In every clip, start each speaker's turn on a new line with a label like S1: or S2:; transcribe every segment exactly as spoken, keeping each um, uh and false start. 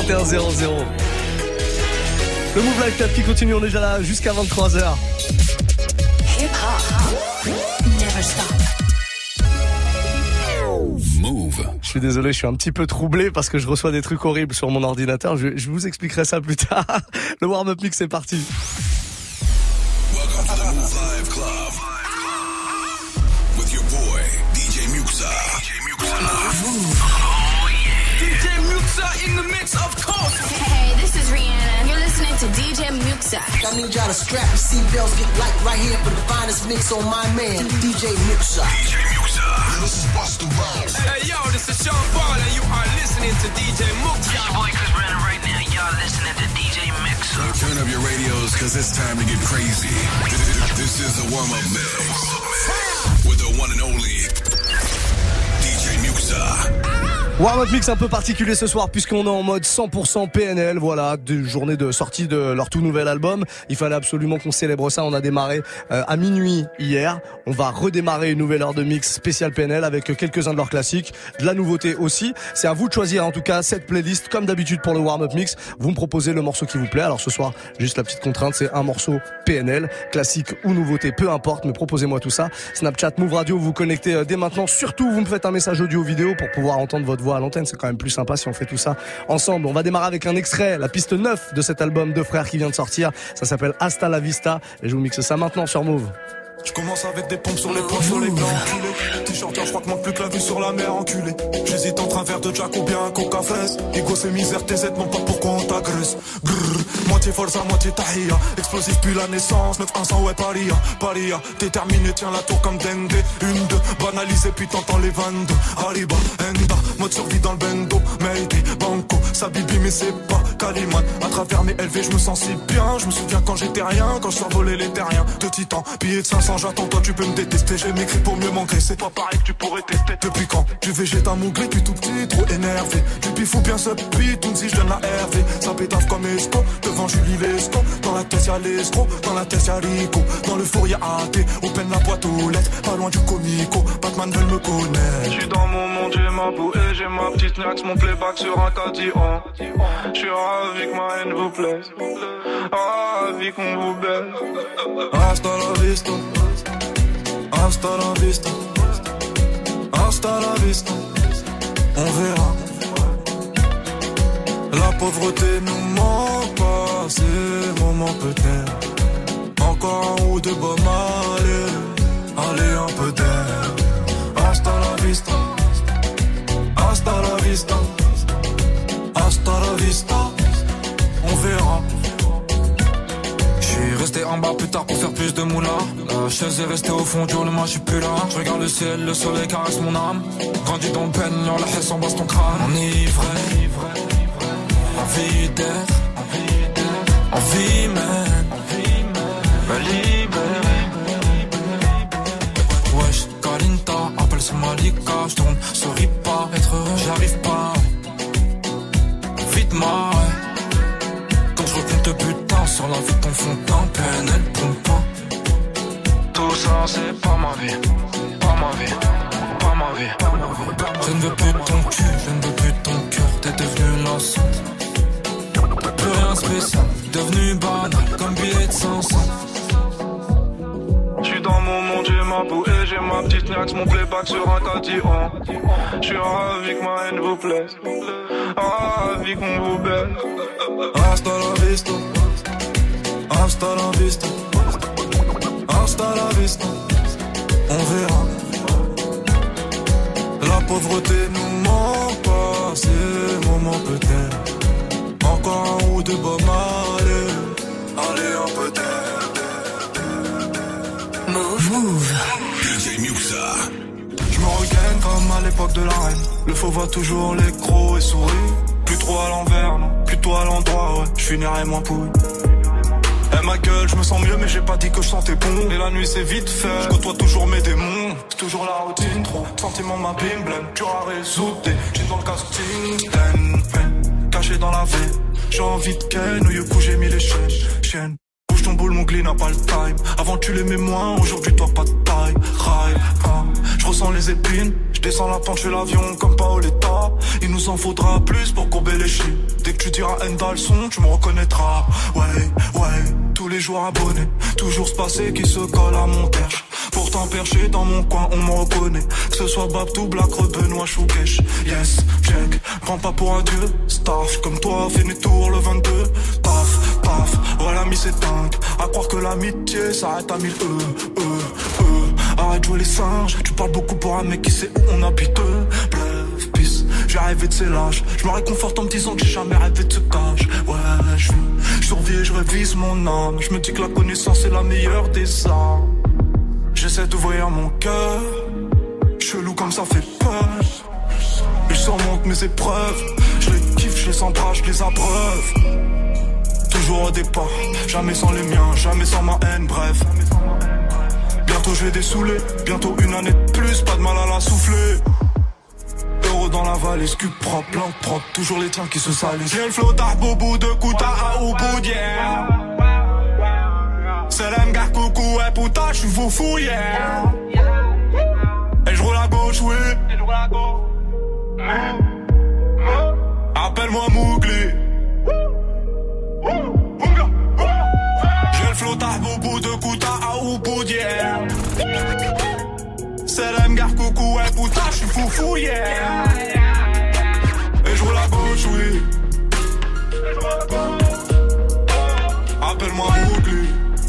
S1: vingt et un zéro zéro. Le Move Live Club qui continue, on est déjà là jusqu'à vingt-trois heures.
S2: Hip hop, never stop.
S1: Move. Je suis désolé, je suis un petit peu troublé parce que je reçois des trucs horribles sur mon ordinateur. Je, je vous expliquerai ça plus tard. Le warm-up mix est parti.
S3: Welcome to the Move Live Club with your boy D J Muxa. D J Muxa. Oh yeah. D J Muxa in the mix, of course.
S2: Hey, this is Rihanna. You're listening to D J Muxa.
S4: I need y'all to strap your seatbelts, get light right here for the finest mix on my man, D J Muxa.
S3: D J Muxa. Yeah, this is Busta Rhymes.
S5: Hey yo, this is Sean Paul and you are listening to D J Muxa.
S6: It's your boy Chris Brandon right now. Y'all listening to D J Muxa.
S3: Turn up your radios cause it's time to get crazy. This is the warm-up mix with the one and only D J Muxa.
S1: Warm-up mix un peu particulier ce soir puisqu'on est en mode cent pour cent P N L, voilà, de journée de sortie de leur tout nouvel album. Il fallait absolument qu'on célèbre ça. On a démarré euh, à minuit hier. On va redémarrer une nouvelle heure de mix spécial P N L avec quelques-uns de leurs classiques, de la nouveauté aussi. C'est à vous de choisir en tout cas cette playlist comme d'habitude pour le warm-up mix. Vous me proposez le morceau qui vous plaît. Alors ce soir, juste la petite contrainte, c'est un morceau P N L, classique ou nouveauté, peu importe, mais proposez-moi tout ça. Snapchat, Move Radio, vous vous connectez euh, dès maintenant. Surtout, vous me faites un message audio vidéo pour pouvoir entendre votre voix à l'antenne, c'est quand même plus sympa si on fait tout ça ensemble. On va démarrer avec un extrait, la piste neuf de cet album Deux Frères qui vient de sortir. Ça s'appelle Hasta la Vista et je vous mixe ça maintenant sur Move.
S7: Je commence avec des pompes sur les poings, sur les glands enculés. T-shirt, je crois que manque plus que la vue sur la mer enculée. J'hésite entre un verre de Jack ou bien un coca fraise. Ego c'est misère, T Z, non pas pourquoi on t'agresse. Grrr, moitié forza, moitié tahia. Explosif puis la naissance, neuf un cent ouais paria. Paria, déterminé, tiens la tour comme Dende. Une, deux, banalisé puis t'entends les vingt-deux. Arriba, Enda, mode survie dans le bendo. Mayday, Banco, Sabibi mais c'est pas Caliman. À travers mes L V je me sens si bien. Je me souviens quand j'étais rien, quand je survolais les terriens. De titan, billets de cinq cents. J'attends, toi tu peux me détester. J'ai m'écrit pour mieux m'engraisser. Pas pareil que tu pourrais tester. Depuis quand tu végètes à mon gré, puis tout petit, trop énervé. Tu pifou bien ce beat, tout si je donne la R V. Ça pétave comme Esco, devant Julie Lescaut. Dans la tête y'a l'escroc, dans la tête y'a Rico. Dans le four y'a A T, open la boîte aux lettres. Pas loin du comico, Batman veut me connaître.
S8: J'suis dans mon monde, j'ai ma bouée, j'ai ma petite nax, mon playback sur un cadillon. J'suis ravi que ma haine vous plaise, ravi qu'on vous baise.
S7: Hasta la vista. Hasta la vista, hasta la vista, on verra. La pauvreté nous manque pas, c'est le moment peut-être. Encore un ou deux bombes, allez, allez un peu d'air. Hasta la vista, hasta la vista, hasta la vista, on verra. J'suis resté en bas plus tard pour faire plus de moula. La chaise est restée au fond du hall, moi j'suis plus là. J'regarde le ciel, le soleil caresse mon âme. Grandi dans le peine, la hesse en basse ton crâne. Enivré, envie d'être, envie même, me libérer. Wesh, Kalinta, appelle sur Malika. J'tourne, souris pas, être heureux, j'arrive pas. Vite ma quand je recompte de putain sur la vie de ton fond d'un P N L pompe pas. Tout ça c'est pas ma vie, pas ma vie, pas ma vie. Je ne veux plus de ton cul, je ne veux plus de ton cœur. T'es devenu l'enceinte. Plus rien spécial, devenu banal comme billet de cinq cents.
S8: J'suis dans mon monde, j'ai ma bouée, j'ai ma petite nax, mon playback sur un cadillon. J'suis ravi que ma haine vous plaise, ravi qu'on vous baise.
S7: Hasta la vista, hasta la vista, hasta la vista, on verra. La pauvreté nous manque pas, c'est le moment peut-être. Encore un ou deux bombes, allez, allez un peu d'air.
S2: Move, move.
S3: D J Muxa.
S7: Je me regagne comme à l'époque de la reine. Le faux voit toujours les crocs et souris. Plus trop à l'envers, non, plutôt à l'endroit, ouais. Je finirai moins pourri. Eh ma gueule, je me sens mieux mais j'ai pas dit que je sentais bon. Et la nuit c'est vite fait, je côtoie toujours mes démons. C'est toujours la routine, trop sentiment ma bim blême. Tu as résoudre des jeans dans le casting. Peine, peine, caché dans la veine. J'ai envie de ken, au coup j'ai mis les chaînes. Chaîne, bouge ton boule mon Mowgli n'a pas le time. Avant tu l'aimais moins, aujourd'hui toi pas de taille. Rail, ah. Je ressens les épines, je descends la pente, je fais l'avion comme Paoletta. Il nous en faudra plus pour courber les chiens. Dès que tu diras Enda le son, tu me reconnaîtras. Ouais, ouais, tous les jours abonnés. Toujours ce passé qui se colle à mon perche. Pourtant perché dans mon coin, on me reconnaît. Que ce soit Babtou, Black, Benoît, Choukesh. Yes, check, prends pas pour un dieu. Staff, comme toi, fais mes tours le vingt-deux. Paf, paf, ouais l'ami c'est dingue. À croire que l'amitié s'arrête à mille E, E, E. Arrête de jouer les singes, tu parles beaucoup pour un mec qui sait où on habite. Bluff, peace, j'ai rêvé de ces lâches. Je me réconforte en me disant que j'ai jamais rêvé de ce cache. Ouais, je survis, je révise mon âme. Je me dis que la connaissance est la meilleure des armes. J'essaie d'ouvrir mon cœur, chelou comme ça fait peur. Ils surmontent mes épreuves, je les kiffe, je les embrasse, je les abreuve. Toujours au départ, jamais sans les miens, jamais sans ma haine, bref. Bientôt je vais dessouler, bientôt une année de plus, pas de mal à la souffler. Euro dans la valise, cul propre, blanc propre, toujours les tiens qui se salissent. J'ai le flot d'arboubou de Kouta à Uboudière. Salam gars coucou et putain j'suis foufou yeah. Et j'roule à gauche oui. Et j'roule à gauche. Appelle-moi Mowgli. J'ai le flot d'arboubou de Kouta à Uboudière. Salam gars coucou et putain j'suis foufou yeah. Et j'roule à gauche oui. Appelle-moi Mowgli.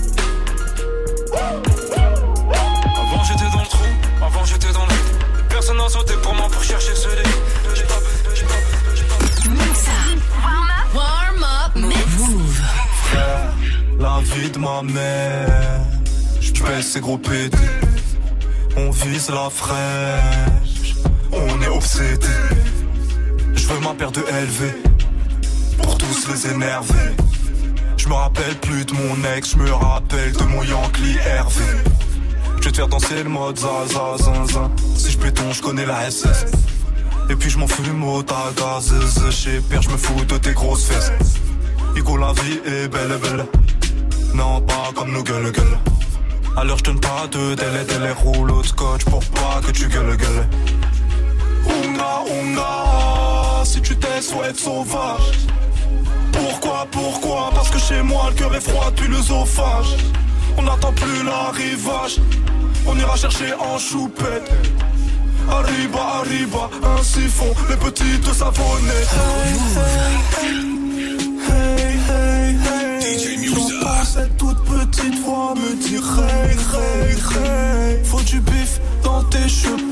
S5: Avant j'étais dans le trou, avant j'étais dans le vide. Personne n'a sauté pour moi pour chercher ce lit. J'ai pas, j'ai pas, j'ai pas.
S2: Muxa. Warm up, mix. Move.
S7: Frère, la vie de ma mère. J'pèse ces gros pétés. On vise la fraîche. On est obsédé. J'veux ma paire de L V. Pour tous les énerver. Je me rappelle plus de mon ex, je me rappelle de mon Yankee Hervé. Je vais te faire danser le mode zaza zinzin. Si je péton, je connais la S S. Et puis je m'en fume au taga, chez père, je me fous de tes grosses fesses. Igo, la vie est belle, belle. Non, pas comme nos gueules, gueules. Alors je donne pas de délai, délai, rouleau de scotch pour pas que tu gueules, gueules. Unga, unga, si tu t'es souhaite sauvage. Pourquoi, pourquoi? Parce que chez moi le cœur est froid depuis l'œsophage. On n'attend plus l'arrivage. On ira chercher en choupette. Arriba, arriba, ainsi font les petites savonnettes. Hey, hey, hey, hey, hey. J'entends cette toute petite voix me dire hey, hey, hey. Faut du bif dans tes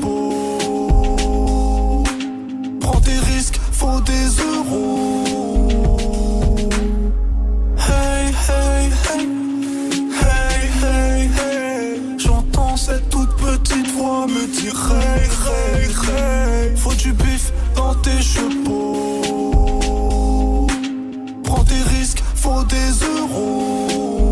S7: chevaux. Prends tes risques, faut des euros. Cette toute petite voix me dit hey, hey, hey. Faut du bif dans tes chevaux. Prends tes risques, faut des euros.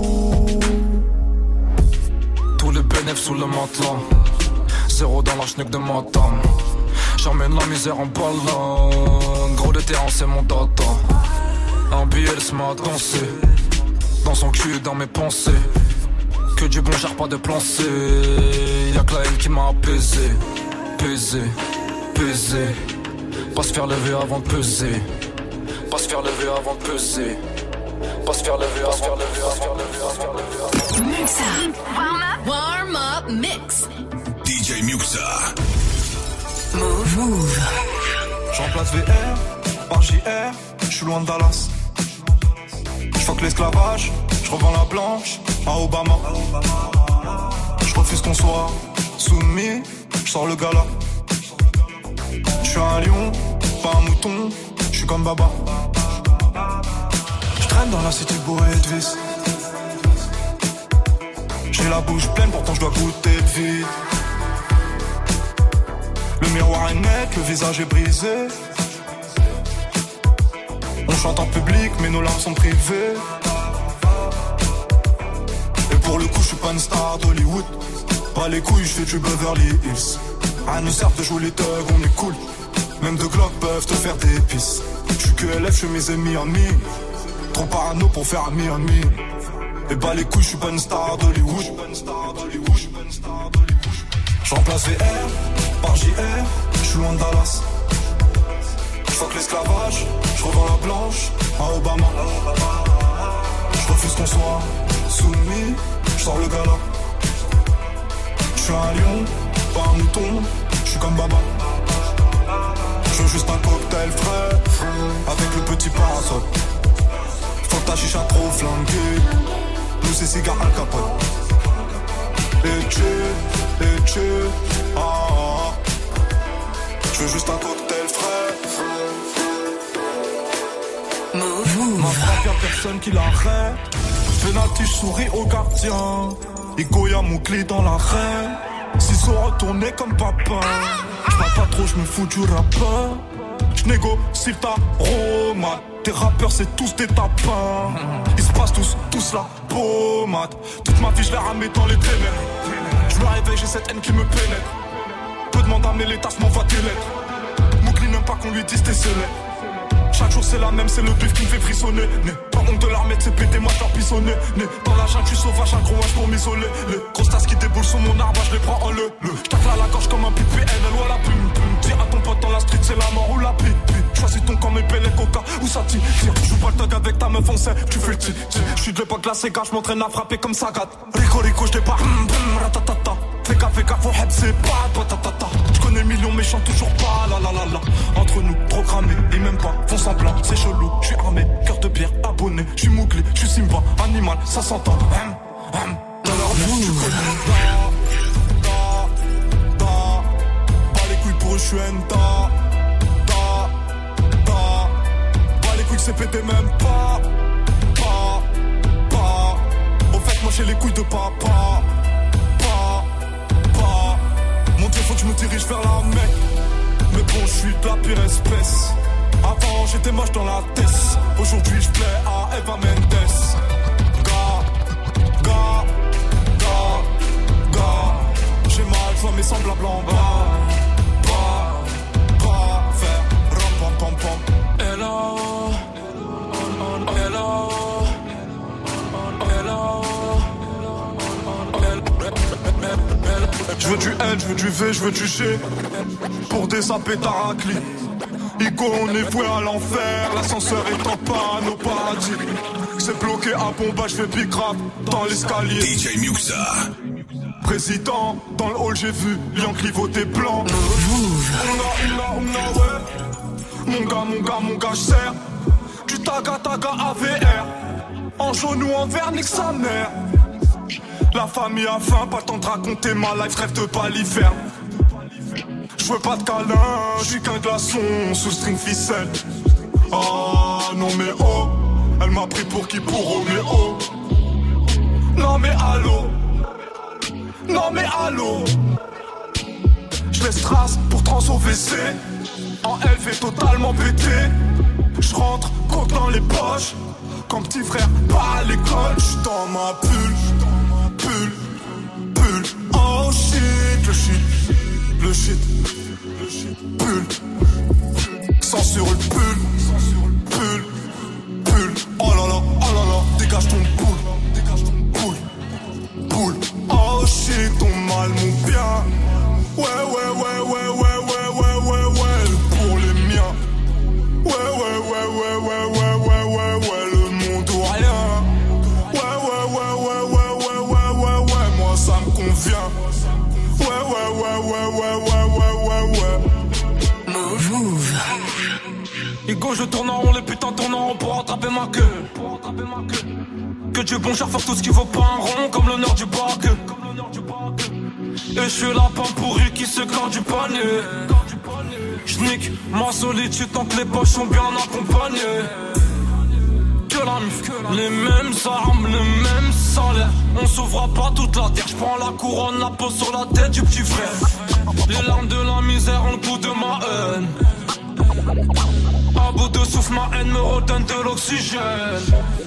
S5: Tous les bénéfices sous le matelas. Zéro dans la schnuck de ma dame. J'emmène la misère en ballon. Gros le terrain c'est mon data. Un billet elle se met à danser. Dans son cul et dans mes pensées. Que du bon genre pas de plan C. Y'a que la haine qui m'a apaisé. Pesé, pesé. Pas se faire lever avant de peser. Pas se faire lever avant de peser. Pas se faire lever, pas se faire lever, pas se faire lever, pas se faire lever.
S2: Muxa. Warm up. Warm up mix.
S3: D J Muxa.
S2: Move. Move.
S7: J'remplace V R par J R. J'suis loin de Dallas. J'fuck l'esclavage. J'revends la blanche à Obama. J'refuse qu'on soit soumis. J'sors le gala. J'suis un lion, pas un mouton. J'suis comme Baba. J'traîne dans la cité bourrée de vice. J'ai la bouche pleine, pourtant j'dois goûter le vide. Le miroir est net, le visage est brisé. On chante en public, mais nos larmes sont privées. Et pour le coup, je suis pas une star d'Hollywood. Pas les couilles, je fais du Beverly Hills. À nous sert de jouer les thugs, on est cool. Même deux Glock peuvent te faire des pisses. Je suis que L F, je fais mes ennemis en mine. Trop parano pour faire ami en mine. Et bah les couilles, j'suis pas une star d'Hollywood. J'remplace V R par J R, j'suis loin de Dallas. J'fuck l'esclavage, j'revends la blanche à Obama. J'refuse qu'on soit soumis, j'sors le gala. J'suis un lion, pas un mouton, j'suis comme Baba. J'veux juste un cocktail frais, avec le petit parasol. Faut que ta chicha trop flanquée, nous c'est cigare Al Capone. Et tu, et tu, ah, ah. J'veux juste un cocktail frais.
S2: Move.
S7: Ma frappe y'a personne qui l'arrête. Penalty, j'souris au gardien. Ego y'a mon clé dans l'arène. S'ils sont retournés comme papa. J'parle pas trop, j'me fous du rappeur. J'négocie ta romade. Tes rappeurs c'est tous des tapins. Ils se passent tous, tous la pommade. Toute ma vie je l'ai ramé dans les ténèbres. Je me réveille, j'ai cette haine qui me pénètre. Peu demande à mes tasses, m'envoie tes lettres. Mougli n'aime pas qu'on lui dise tes célèbres. Chaque jour c'est la même, c'est le bif qui me fait frissonner. Né, pas honte de l'armée, c'est pété, moi je leur pissonner. Né, dans la jungle, je suis sauvage, un gros H pour m'isoler. Les grosses tasses qui déboulent sur mon arbre, je les prends en le. le. J'tacle à la gorge comme un P P N L ou à la plume. Dis à ton pote dans la street, c'est la mort ou la pipe. Choisis ton camp, mes pelles, coca ou ça tire. Joue pas le thug avec ta meuf, on sait, tu fais le tir. J'suis de l'époque, la Sega, j'm'entraîne à frapper comme Sagat. Rico Rico, j'débarque, ratatata. Fais gaffe, fais gaffe, au head, c'est pas toi, tatata. J'connais millions méchants, toujours pas, la la la la. Entre nous, trop cramé, et même pas, font semblant, c'est chelou. J'suis armé, cœur de pierre, abonné. J'suis mouglé, j'suis Simba, animal, ça s'entend. Hum, hum. Dans leur vie, tu connais. Da, da, da. Pas les couilles pour eux, j'suis un da. C'est pété même pas, pas, pas. Au fait moi j'ai les couilles de papa, pas, pas. Mon dieu faut que je me dirige vers la Mecque. Mais bon je suis de la pire espèce. Avant j'étais moche dans la tête. Aujourd'hui je plais à Eva Mendes. Gars, gars, gars, gars. J'ai mal, je vois mes semblables en bas. Pas, pas, faire ram pam pam pam. Hello. Hello, hello, je veux du N, je veux du V, je veux du G. Pour des sapés taracli. Igo, on est voué à l'enfer. L'ascenseur est en panne au paradis. C'est bloqué à Bomba, je fais big rap dans l'escalier.
S3: D J Muxa.
S7: Président, dans le hall j'ai vu Lian clivoter blanc. Ouna, ouna, ouna, ouais. Mon gars, mon gars, mon gars, j'serre. Du taga taga A V R. En jaune ou en vert, nique sa mère. La famille a faim, pas le temps de raconter ma life, rêve de baliverne. J'veux pas de câlin, j'suis qu'un glaçon sous string ficelle. Oh non mais oh, elle m'a pris pour qui pour Roméo. Non mais allô, non mais allô. J'laisse trace pour trans au V C. En L V totalement pété. J'rentre, coque dans les poches. Comme petit frère, pas à l'école. J'suis dans ma pull, pull, pull. Oh shit, le shit, le shit, le shit, pull. Sans sur le pull, pull, pull. Oh là là, oh là là, dégage ton poule, dégage ton poule, poule. Oh shit, ton mal, mon bien. Ouais, ouais, ouais, ouais, ouais, ouais, ouais, ouais, ouais. Pour les miens. Ouais, ouais, ouais, ouais, ouais, ouais, ouais, ouais, ouais, le monde ou rien. Ouais, ouais, ouais, ouais, ouais, ouais, ouais, ouais, ouais, moi ça me convient. Ouais, ouais, ouais, ouais, ouais, ouais, ouais, ouais, ouais.
S2: Move. Move.
S5: Igo, je tourne en rond, les putains tournent en rond pour rattraper ma queue. Que Dieu bon cher, faire tout ce qui vaut pas un rond, comme l'honneur du bac. Et je suis la pomme pourrie qui se corde du panier. J'nique ma solitude tant que les poches sont bien accompagnées. Que la mif, les mêmes armes, le même salaire. On sauvera pas toute la terre. J'prends la couronne, la pose sur la tête du petit frère. Les larmes de la misère ont le goût de ma haine. À bout de souffle, ma haine me redonne de l'oxygène.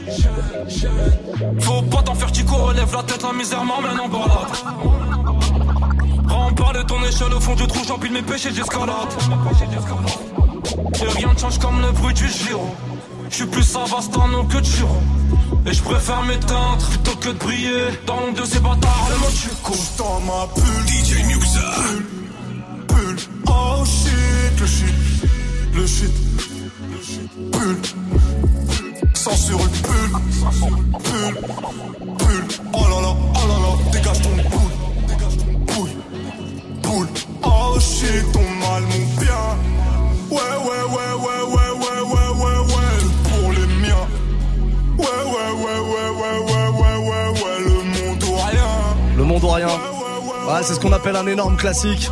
S5: Faut pas t'en faire, Tico, relève la tête, la misère m'emmène en balade. Remballe ton échelle au fond du trou, j'empile mes péchés, j'escalade. Et rien ne change comme le bruit du giro. Je suis plus Savastano que Turon. Et je préfère m'éteindre plutôt que de briller dans l'ombre de ces bâtards. Le mot tu
S7: couche dans ma bulle.
S3: D J Muxxa.
S7: Bulle, bulle. Oh shit, le shit, le shit, le shit. Bulle. Sans sur le bulle, bulle, bulle. Oh là là, oh là là, dégage ton boule, dégage ton boule, boule. Oh shit, ton mal, mon bien. Ouais, ouais, ouais, ouais, ouais, ouais, ouais, ouais, ouais. Tout pour les miens. Ouais, ouais, ouais, ouais, ouais, ouais, ouais, ouais, ouais. Le monde ou rien.
S1: Le monde ou rien. Ouais, c'est ce qu'on appelle un énorme classique.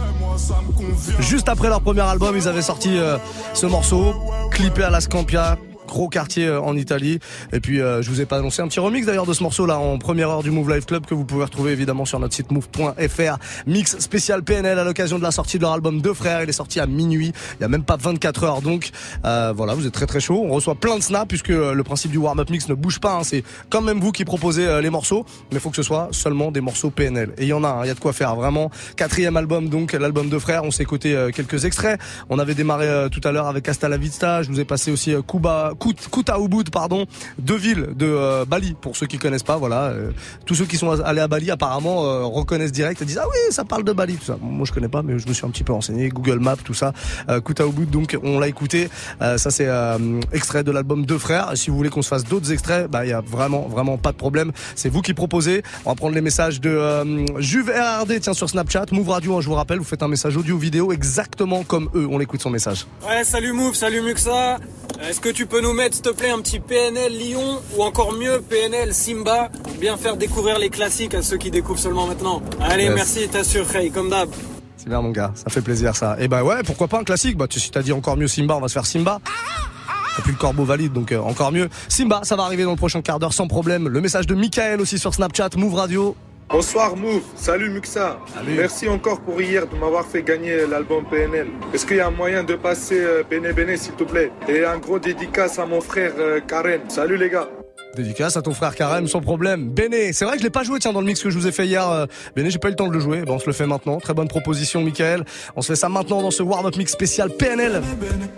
S1: Juste après leur premier album, ils avaient sorti euh, ce morceau, clippé à la Scampia. Gros quartier en Italie. Et puis euh, je vous ai pas annoncé un petit remix d'ailleurs de ce morceau là en première heure du Move Live Club que vous pouvez retrouver évidemment sur notre site move point f r. Mix spécial P N L à l'occasion de la sortie de leur album Deux Frères. Il est sorti à minuit. Il y a même pas vingt-quatre heures donc euh, voilà, vous êtes très très chaud. On reçoit plein de snaps puisque euh, le principe du warm-up mix ne bouge pas. Hein. C'est quand même vous qui proposez euh, les morceaux, mais il faut que ce soit seulement des morceaux P N L. Et il y en a, il hein, y a de quoi faire vraiment. Quatrième album donc, l'album Deux Frères. On s'est écouté euh, quelques extraits. On avait démarré euh, tout à l'heure avec Hasta la Vista. Je vous ai passé aussi euh, Kuba, Kuta Ubud, pardon, deux villes de euh, Bali pour ceux qui connaissent pas. Voilà, euh, tous ceux qui sont allés à Bali apparemment euh, reconnaissent direct et disent ah oui ça parle de Bali tout ça. Moi je connais pas mais je me suis un petit peu renseigné, Google Maps tout ça. Euh, Kuta Ubud donc on l'a écouté. Euh, ça c'est euh, extrait de l'album Deux Frères. Si vous voulez qu'on se fasse d'autres extraits, bah il y a vraiment vraiment pas de problème. C'est vous qui proposez. On va prendre les messages de euh, Juve R R D tiens sur Snapchat, Move Radio. Hein, je vous rappelle, vous faites un message audio vidéo exactement comme eux. On écoute son message.
S9: Ouais salut Move, salut Muxxa. Est-ce que tu peux nous mettre s'il te plaît un petit P N L Lyon ou encore mieux P N L Simba, bien faire découvrir les classiques à ceux qui découvrent seulement maintenant. Allez yes. Merci, t'assures Ray, comme d'hab.
S1: C'est bien mon gars, ça fait plaisir ça. Et bah ouais, pourquoi pas un classique. Bah tu, si t'as dit encore mieux Simba, on va se faire Simba. Et puis le corbeau valide, donc euh, encore mieux. Simba, ça va arriver dans le prochain quart d'heure sans problème. Le message de Michael aussi sur Snapchat, Move Radio.
S10: Bonsoir Move, salut Muxxa. Salut. Merci encore pour hier de m'avoir fait gagner l'album P N L. Est-ce qu'il y a un moyen de passer euh, Béné Béné s'il te plaît? Et un gros dédicace à mon frère euh, Karen. Salut les gars.
S1: Dédicace à ton frère Karen sans problème. Béné, c'est vrai que je l'ai pas joué tiens dans le mix que je vous ai fait hier. Euh, Béné, j'ai pas eu le temps de le jouer. Bon, on se le fait maintenant. Très bonne proposition Michael. On se fait ça maintenant dans ce warm-up mix spécial P N L.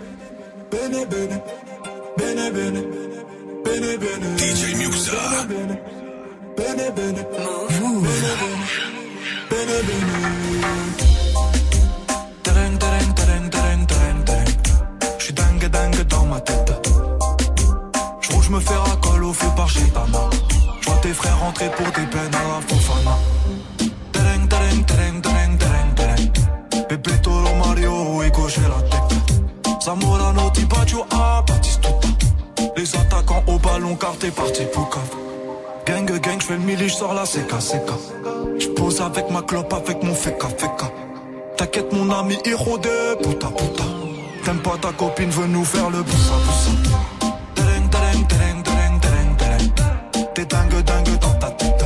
S7: Béné Béné, Béné Béné, Béné Béné,
S3: D J Muxxa.
S7: Béné Béné, Move. Béné Béné. Tereng tereng tereng tereng tereng tereng. J'suis dingue dingue dans ma tête. J'roule, j'me fais racole au feu par Gitana. J'vois tes frères rentrer pour des peines à la Fofana. Tereng tereng tereng tereng tereng tereng. Bébé Toro Mario et gauche la tête. Zamorano ti bacio a Batistuta. Les attaquants au ballon car t'es parti pour cave. Gang gang, j'fais le mili, j'sors la C K C K. J'pose avec ma clope, avec mon feka feka. T'inquiète mon ami, héros de puta puta. T'aimes pas ta copine, veut nous faire le boussa boussa. Tereng tereng tereng tereng tereng tereng. T'es dingue dingue dans ta tête.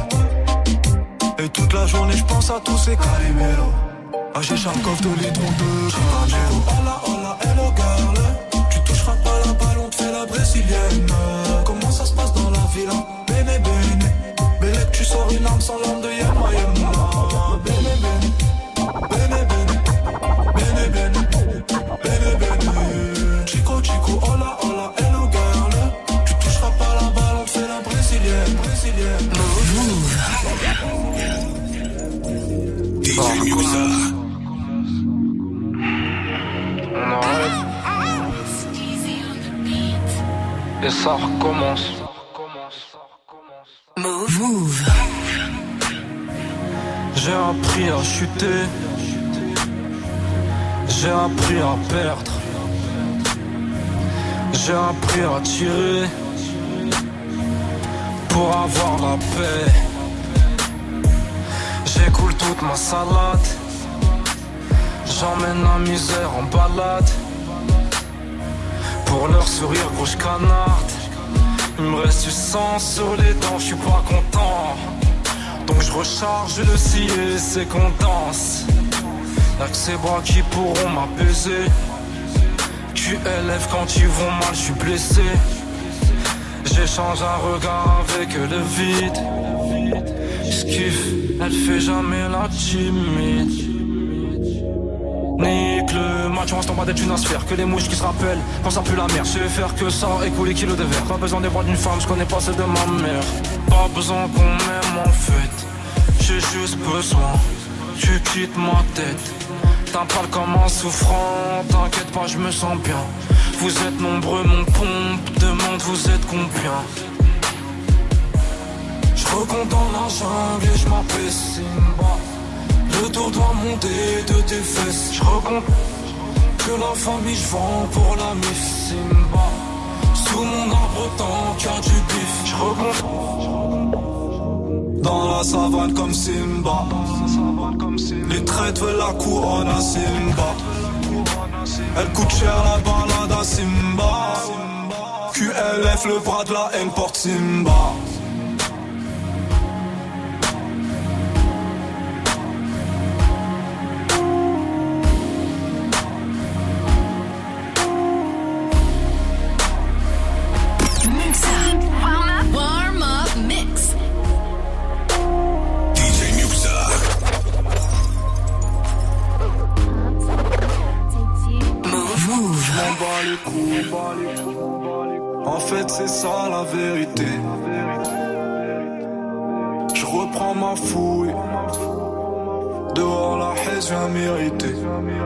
S7: Et toute la journée j'pense à tous ces carimélos. Ah j'ai Charkov de litron de caramel. Hola hola hello girl. Tu toucheras pas la balle, on te fait la brésilienne. Comment ça se passe dans la ville? Béné béné, béné tu sors une arme sans l'arme de Yama Yama. Béné béné, béné béné, béné béné, béné béné. Chico chico, hola hola, hello girl. Tu toucheras pas la balle, on te fait la brésilienne, brésilienne.
S3: D J Muxxa.
S5: On arrête. Et ça recommence.
S2: Move. Move.
S5: J'ai appris à chuter. J'ai appris à perdre. J'ai appris à tirer pour avoir la paix. J'écoule toute ma salade. J'emmène la misère en balade. Pour leur sourire rouge canarde. Il me reste du sang sur les dents, je suis pas content. Donc je recharge le scié, c'est qu'on danse. Y'a que ces bras qui pourront m'apaiser. Q L F quand ils vont mal, je suis blessé. J'échange un regard avec le vide. J'kiffe, elle fait jamais la timide. Nique le température en stand d'être une asphère. Que les mouches qui se rappellent quand ça pue la mer. Je vais faire que ça et couler kilos de verre. Pas besoin des bras d'une femme, je connais pas celle de ma mère. Pas besoin qu'on m'aime en fait. J'ai juste besoin, tu quittes ma tête. T'as pas le comme un souffrant, t'inquiète pas, je me sens bien. Vous êtes nombreux, mon pompe demande vous êtes combien. Je recompte dans la jungle et je m'appelle Simba. Le tour doit monter de tes fesses. Je recompte que la famille je vends pour la mif Simba. Sous mon arbre tant qu'il y a du bif. Je recompte
S7: dans la savane comme Simba. Les traites veulent la couronne à Simba. Elle coûte cher la balade à Simba. Q L F le bras de la haine porte Simba. En fait c'est ça la vérité. Je reprends ma fouille. Dehors la haine vient mériter.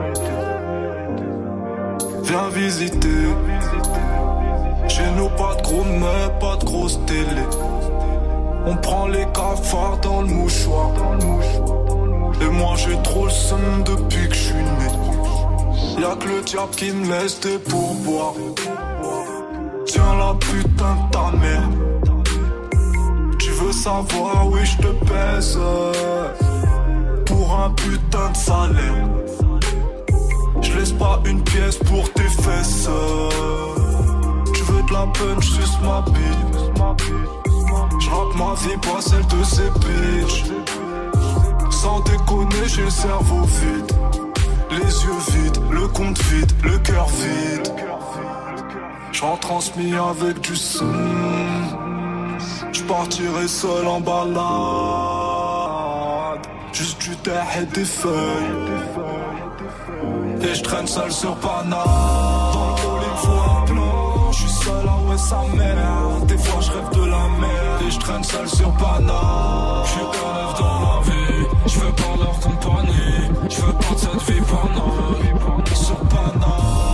S7: Viens visiter. Chez nous pas de gros meubles, pas de grosse télé. On prend les cafards dans le mouchoir. Et moi j'ai trop le seum depuis que je suis né. Y'a que le diable qui me laisse des pourboires. Tiens la putain de ta mère. Tu veux savoir, oui je te pèse. Pour un putain de salaire. Je laisse pas une pièce pour tes fesses. Tu veux de la punch, suce ma bite. J'rappe ma vie, pas celle de ces bitches. Sans déconner, j'ai le cerveau vide. Les yeux vides, le compte vide, le cœur vide. J'en transmis avec du son. J'partirai seul en balade. Juste du terre et des feuilles. Et j'traîne seul sur Paname. Dans le hall il me faut un plan. J'suis seul, ah ouais sa mère. Des fois j'rêve de la mer. Et j'traîne seul sur Paname. J'suis élève dans la vie. J'veux pas leur compagnie. J'veux pas de cette vie Paname. Sur Paname.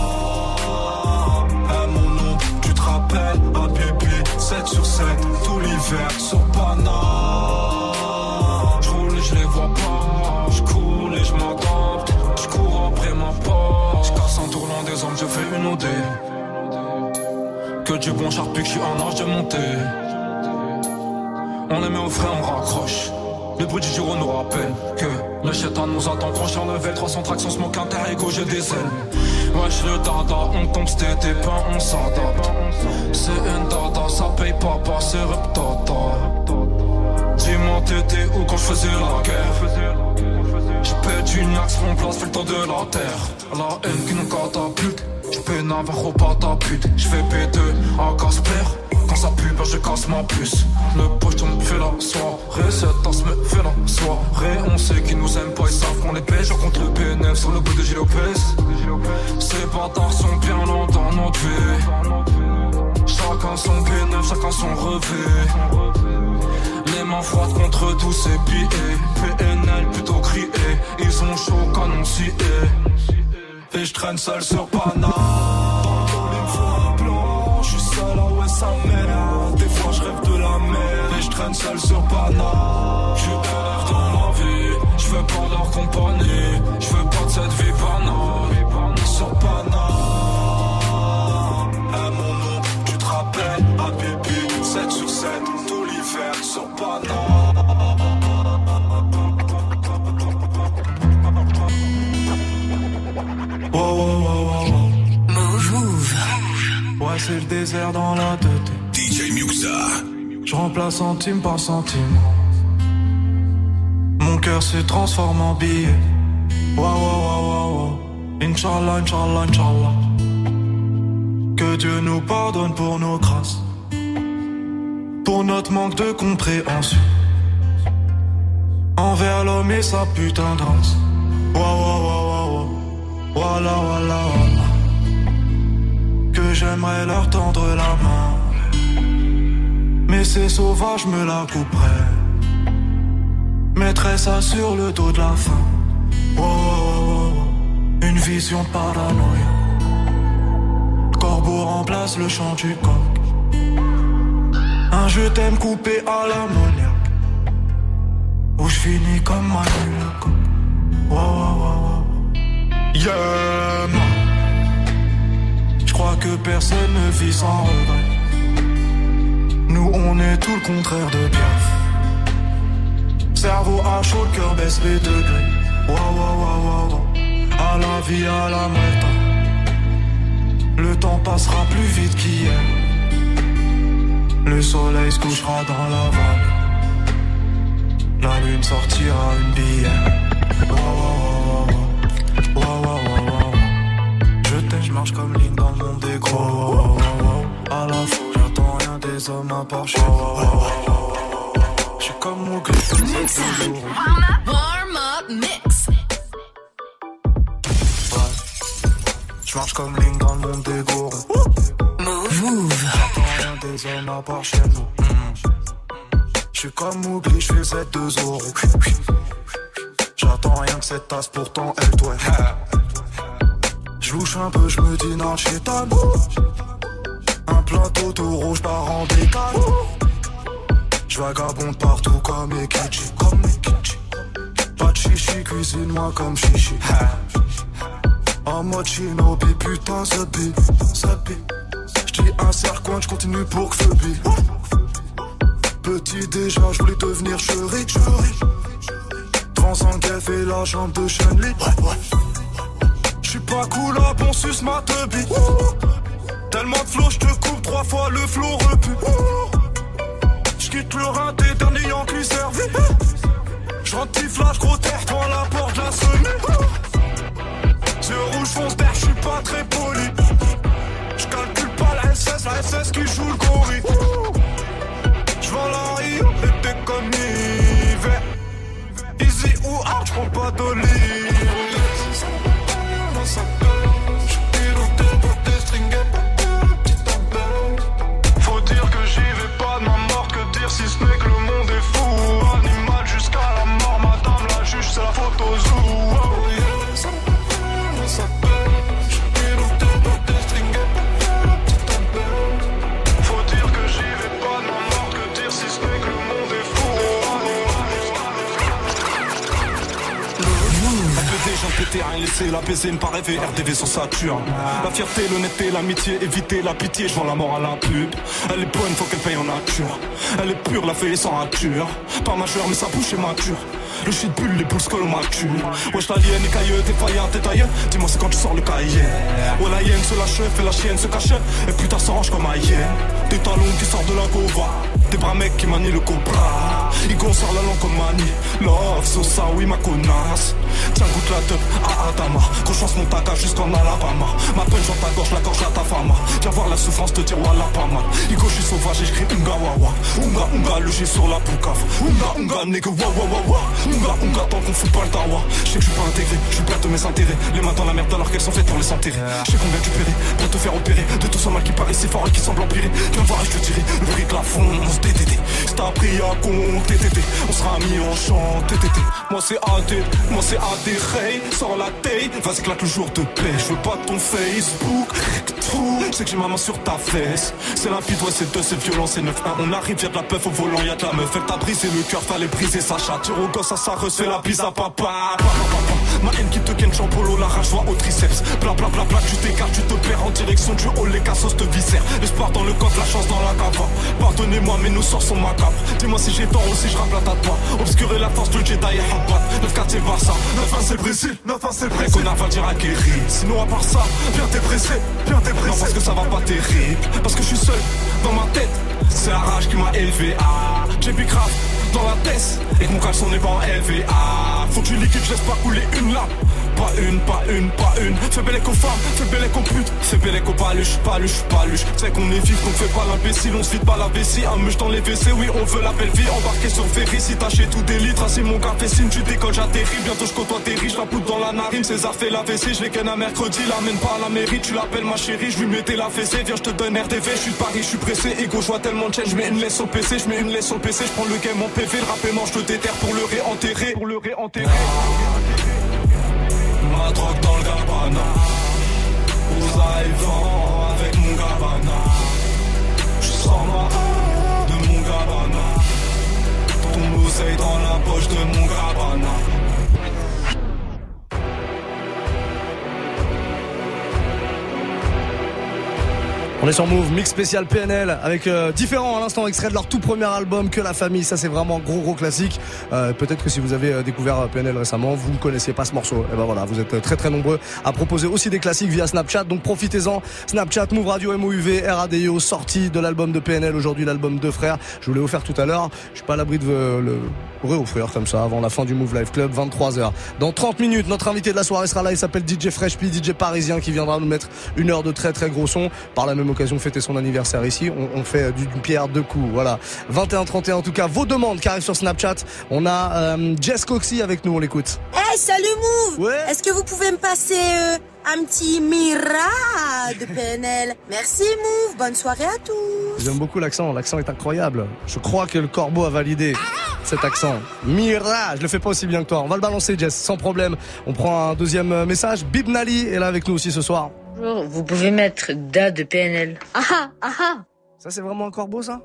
S7: Eh mon nom, tu te rappelles. Ah bébé, sept sur sept. Tout l'hiver sur Paname. J'roule et j'les vois pas. J'coule et j'm'adapte. J'cours après ma part. J'casse en tournant des hommes, je fais une O D. Que du bon charpu que j'suis en âge de monter. On les met au frais, on raccroche. Le bruit du giro nous rappelle que le chétan nous attend prochain level. Trois cents tracks, on smoke inter-ego, j'ai des ailes. Wesh le dada, on tombe c'te tes pains, on s'adapte. C'est une dada, ça paye pas, pas c'est reptata. Dis-moi t'étais où quand j'faisais la guerre. J'pète une axe, mon place fait le tour de la terre. La haine qui nous catapulte, j'pète Navarro pas ta pute. J'fais P deux à Casper. Quand ça pue, ben je casse ma puce. Le pocheton me fait la soirée. Cette tasse me fait la soirée. On sait qu'ils nous aiment pas, ils savent qu'on les pêche. On compte le P N F sur le bout de Gilles Lopez. Ces bâtards sont bien lents dans notre vie. Chacun son P neuf, chacun son revêt. Les mains froides contre tous ces billets. P N L plutôt crié. Ils ont chaud canon scié. Et je traîne seul sur Paname. J'suis seul, ah ouais sa mère. Des fois j'rêve de la mer. Et j'traîne seul sur Paname. J'suis élève dans la vie. J'veux pas leur compagnie. J'veux pas de cette vie Paname. Sur Paname. Eh mon nom, tu te rappelles. Ah bébé, sept sur sept. Tout l'hiver sur Paname. Wow, wow, wow, wow.
S3: Move, move.
S7: Ouais, c'est le désert dans la tête.
S3: D J Muxa.
S7: Je remplace centime par centime. Mon cœur se transforme en billet. Waouh, waouh, waouh, waouh. Inch'Allah, Inch'Allah, Inch'Allah. Que Dieu nous pardonne pour nos grâces. Pour notre manque de compréhension. Envers l'homme et sa putain de race. Waouh, waouh, waouh, waouh. Voilà, voilà, voilà. Que j'aimerais leur tendre la main. Mais ces sauvages me la couperaient. Mettrais ça sur le dos de la faim. Wow, wow, wow, wow. Une vision de paranoïa. Corbeau remplace le chant du coq. Un je t'aime coupé à l'ammoniaque. Où je finis comme Manu le coq. Wow, wow, wow, wow. Yeah, man. J'crois que personne ne vit sans regret. Nous on est tout le contraire de Biaf. Cerveau à chaud, le cœur baisse les degrés. Wow, wow, wow, wow, wow. À la vie, à la malta. Le temps passera plus vite qu'hier. Le soleil se couchera dans la vallée. La lune sortira une bière. Wow, wow, wow, wow, wow, wow, wow. Je t'aime, je marche comme ligne dans le monde des gros. Wow, wow, wow, wow. À la fois, j'attends rien des hommes à part chez moi. Wow, wow, wow. J'suis comme mon cul, c'est toujours.
S2: Warm up mix.
S7: J'marche comme ligne dans le monde des gourous.
S2: Move.
S7: J'attends rien des hommes à part chez nous. Mm. J'suis comme Mowgli, j'fais Z deux euros. J'attends rien que cette tasse, pourtant elle doit. J'louche un peu, j'me dis non, chétan. Un plateau tout rouge par en décale. J'vagabonde partout comme Ekichi. Comme Ekichi. Pas de chichi, cuisine-moi comme chichi. En mode shinobi, putain, ça bille, ça bille. J'dis un serre-coin, j'continue pour que ce bille. Petit déjà, j'voulais devenir chéri, chéri. Transcend Gef et la jambe de Chun-Li. J'suis pas cool, à bon sus ma teubie. Tellement de flow, j'te coupe trois fois le flow repu. J'quitte le rinté, dernier Yankee servi. J'rentre flash, gros terre, devant la porte, la semi. Yeux rouge fonce d'air, j'suis pas très poli. J'calcule pas la S S, la S S qui joue le gorille. J'vends la rire, l'été comme hiver. Easy ou hard, j'prends pas d'olive. Faut dire que j'y vais pas de ma morte, que dire si ce n'est que le monde est fou. Animal jusqu'à la mort, madame la juge, c'est la photo zoo. Oh yeah. Faut dire que j'y vais pas de ma morte, que dire si ce n'est que le monde est fou. Un peu déjà pété, rien laissé, l'apaiser, ne pas rêver, R D V sur Saturne. La fierté, l'honnêteté, l'amitié, éviter la pitié, je vends la mort à la pub. Elle est bonne, faut qu'elle paye en nature. Elle est pure, la feuille sans rature. Pas majeur, mais sa bouche est mature. Le shit bulle, les boules se collent au mature. Wesh l'alien est cailleux, t'es faillant, t'es tailleux. Dis-moi c'est quand tu sors le cahier. Ouais la hyène se lâche, fait la chienne se cache. Et plus tard s'arrange comme un hyène. Des talons qui sortent de la gova. Des bras mecs qui manient le cobra. Igon sort la langue comme manie. Love, so ça, oui ma connasse. Tiens goûte la teub à Adama. Quand je chance mon taga jusqu'en Alabama. Ma peine dans ta gorge, la gorge à ta femme. Viens voir la souffrance, te dire wallah pas mal. Igo je suis sauvage et j'cris unga wawa. Unga unga le G sur la poucave. Unga unga nigga wa wa wa wa. Unga unga tant qu'on fout pas le tawa. J'sais que j'suis pas intégré, j'suis prêt de mes intérêts. Les mains dans la merde alors qu'elles sont faites pour les enterrer. J'sais combien tu paierais pour te faire opérer. De tout ce mal qui paraît si fort et qui semble empirer. Viens voir et j'te dirai le prix que la fonce T T T. C'est appris à compter T T. On sera mis en chant T T T. Moi c'est A D, moi c'est A D Ray. Sors la taille, vas-y claque le jour de paix. J'veux pas ton Facebook. C'est que j'ai ma main sur ta fesse. C'est limpide, ouais c'est deux, c'est violent, c'est neuf un. On arrive, y'a de la peuf au volant, y'a de la meuf. Elle t'a brisé le cœur, fallait briser sa chatte. Tire au gosse à sa reuse, fais la bise à papa, papa, papa. Ma haine qui te ken champolo, la rage voit au triceps. Bla bla bla bla, tu t'écartes, tu te perds en direction du haut, les cassos te viscèrent. L'espoir dans le coffre, la chance dans la cava. Pardonnez-moi mais nos sorts sont macabres. Dis-moi si j'ai tort ou si je rappe la tatouage. Obscurer la force, le Jedi et Habbat. neuf quatre c'est le Barça, neuf un c'est le Brésil, neuf un c'est le Brésil. Connard va dire à guérir. Sinon à part ça, viens t'es pressé, viens t'es pressé. Non parce que ça va pas terrible, parce que je suis seul dans ma tête. C'est la rage qui m'a élevé. Ah, j'ai bu grave dans la tête et que mon caleçon n'est pas en L V A. Faut que tu liquides, je laisse pas couler une lame. pas une, pas une, pas une. Fais belle aux femmes, fais belle aux putes. Fais belle aux paluches, paluches, paluches. C'est qu'on est vif, donc fais pas l'imbécile. On se vide pas la vessie, un meuche dans les W C. Oui, on veut la belle vie, embarqué sur ferry. Si t'achètes tout des litres, assis mon café. Si tu décolles, j'atterris. Bientôt je côtoie tes riches, la poudre dans la narine. César fait la vessie, je les ken un mercredi. L'amène pas à la mairie, tu l'appelles ma chérie. Je lui mettais la fessée, viens, je te donne R D V. Je suis de Paris, je suis pressé. Ego, je vois tellement de chaînes, je mets une laisse sur le P C. Je mets une laisse sur le P C, je prends le game en P V. Le rap est mort, je te déterre pour le réenterrer. Pour le réenterrer. Ma drogue dans le Gabbana. Aux arrivants avec mon Gabbana. Je sors ma de mon Gabbana. Ton oseille dans la poche de mon Gabbana.
S1: On est sur Move, mix spécial P N L avec euh, différents à l'instant extraits de leur tout premier album Que la famille, ça c'est vraiment gros gros classique. Euh, peut-être que si vous avez euh, découvert P N L récemment, vous ne connaissiez pas ce morceau. Et ben voilà, vous êtes très très nombreux à proposer aussi des classiques via Snapchat, donc profitez-en. Snapchat, Move Radio, M O U V, R A D I O, sortie de l'album de P N L aujourd'hui, l'album Deux Frères. Je vous l'ai offert tout à l'heure, je suis pas à l'abri de euh, le réoffrir comme ça avant la fin du Move Live Club, vingt-trois heures. Dans trente minutes, notre invité de la soirée sera là, il s'appelle D J Fresh P, D J parisien qui viendra nous mettre une heure de très très gros son. Par la même occasion, fêter son anniversaire ici, on, on fait d'une pierre deux coups, voilà. vingt et un trente et un en tout cas, vos demandes qui arrivent sur Snapchat. On a euh, Jess Coxy avec nous, on l'écoute.
S11: Hey, salut Move.
S1: Ouais.
S11: Est-ce que vous pouvez me passer euh, un petit Mira de P N L? Merci Move, bonne soirée à tous.
S1: J'aime beaucoup l'accent, l'accent est incroyable. Je crois que le corbeau a validé cet accent. Mira, je le fais pas aussi bien que toi. On va le balancer Jess, sans problème. On prend un deuxième message. Bib Nali est là avec nous aussi ce soir.
S12: Bonjour, vous pouvez mettre Da de P N L.
S11: Ah ah ah ah.
S1: Ça c'est vraiment un corbeau ça?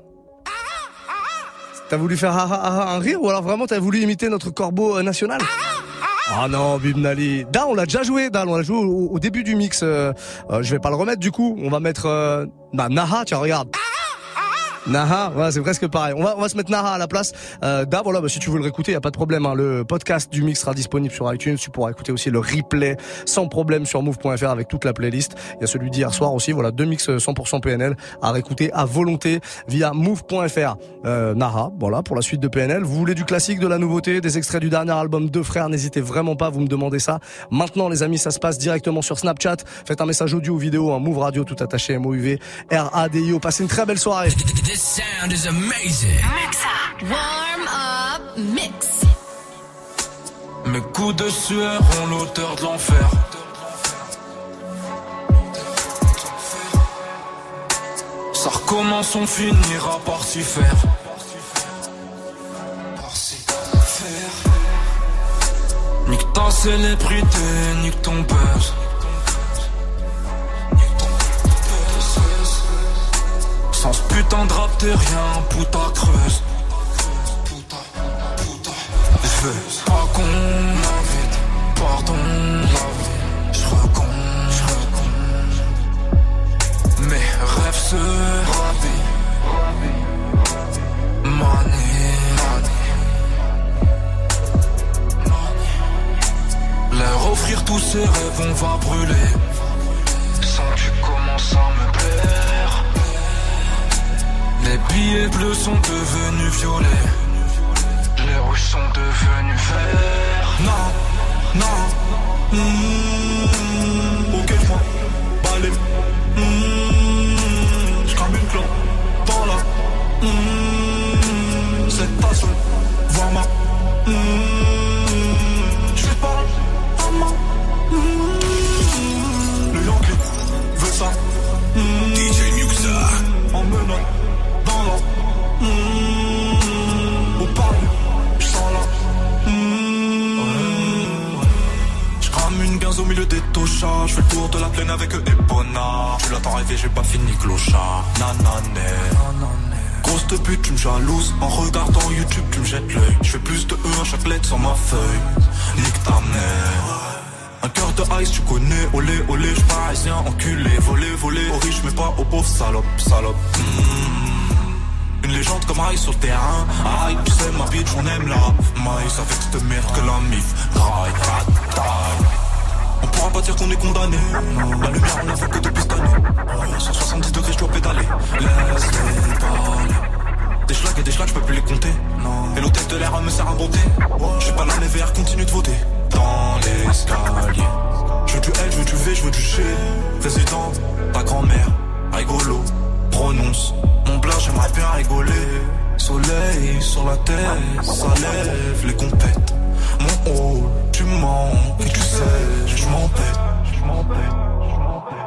S1: T'as voulu faire ah, ah, ah, un rire ou alors vraiment t'as voulu imiter notre corbeau euh, national? Ah non, Bib Nali. Da, on l'a déjà joué, Da, on l'a joué au, au début du mix. Euh, euh, je vais pas le remettre du coup. On va mettre euh, bah, Naha, tiens regarde. Naha, voilà, c'est presque pareil. On va, on va se mettre Naha à la place. Euh, Da, voilà, bah, si tu veux le réécouter, y a pas de problème. Hein. Le podcast du mix sera disponible sur iTunes. Tu pourras écouter aussi le replay sans problème sur move point f r avec toute la playlist. Il y a celui d'hier soir aussi. Voilà, deux mix cent pour cent P N L à réécouter à volonté via move point f r. Euh, Naha, voilà, pour la suite de P N L. Vous voulez du classique, de la nouveauté, des extraits du dernier album Deux Frères, n'hésitez vraiment pas, vous me demandez ça. Maintenant, les amis, ça se passe directement sur Snapchat. Faites un message audio ou vidéo, un Move Radio tout attaché, M O U V, R A D I O. Passez une très belle soirée.
S3: This sound is amazing.
S2: Mixa. Warm up mix.
S5: Mes coups de sueur ont l'odeur de l'enfer. Ça recommence, on finira par s'y faire. Nique ta célébrité, nique ton buzz. Sans ce putain de rap t'es rien, puta creuse. Je veux pas qu'on m'invite, pardon. Je recompte, je recompte. Mes rêves se ravient. Money, money. Leur offrir tous ces rêves, on va brûler. Sans tu commences à me plaire. Les billets bleus sont devenus violets. Les rouges sont devenus verts.
S7: Non, non. Mmh, ok, je m'en bats les. Mmh, j'crame une clope dans la. Mmh, cette passion, voir ma. Mmh, j'fais pas à ma. Mmh, le Yankee veut ça. Mmh,
S3: D J Muxa.
S7: en menottes dans la. Mmh, au parler. Une quinze au milieu des tochards. Je fais le tour de la plaine avec eux et Bona. Tu l'attends rêver, j'ai pas fini clochard. Nanané. Grosse de pute, tu me jalouses. En regardant YouTube, tu me jettes l'œil. Je fais plus de E à chaque lettre sur ma feuille. Nique ta mère. Un cœur de ice, tu connais. Olé, olé, j'suis parisien, enculé. Volé, volé, aux riches, mais pas aux pauvres, salope, salope. Mmh. Une légende comme Ice sur le terrain. Aïe, tu sais, ma bitch, on aime la maïs avec cette merde que la mif. Raille, bataille. On pourra pas dire qu'on est condamné. La lumière on la voit que depuis cette année. cent soixante-dix degrés je dois pédaler. Laisse-les parler. Des schlags et des schlags je peux plus les compter. Et l'hôtel de l'air me sert à bonté. J'ai pas la V R, continue de voter. Dans dans l'escalier. Je veux du L, je veux du V, je veux du G. Président, ta grand-mère, rigolo, prononce mon blanc, j'aimerais bien rigoler. Soleil sur la tête, ça lève les compètes. Mon haut, tu mens, et tu sais, je m'en pète. Je m'en pète, je m'en pète.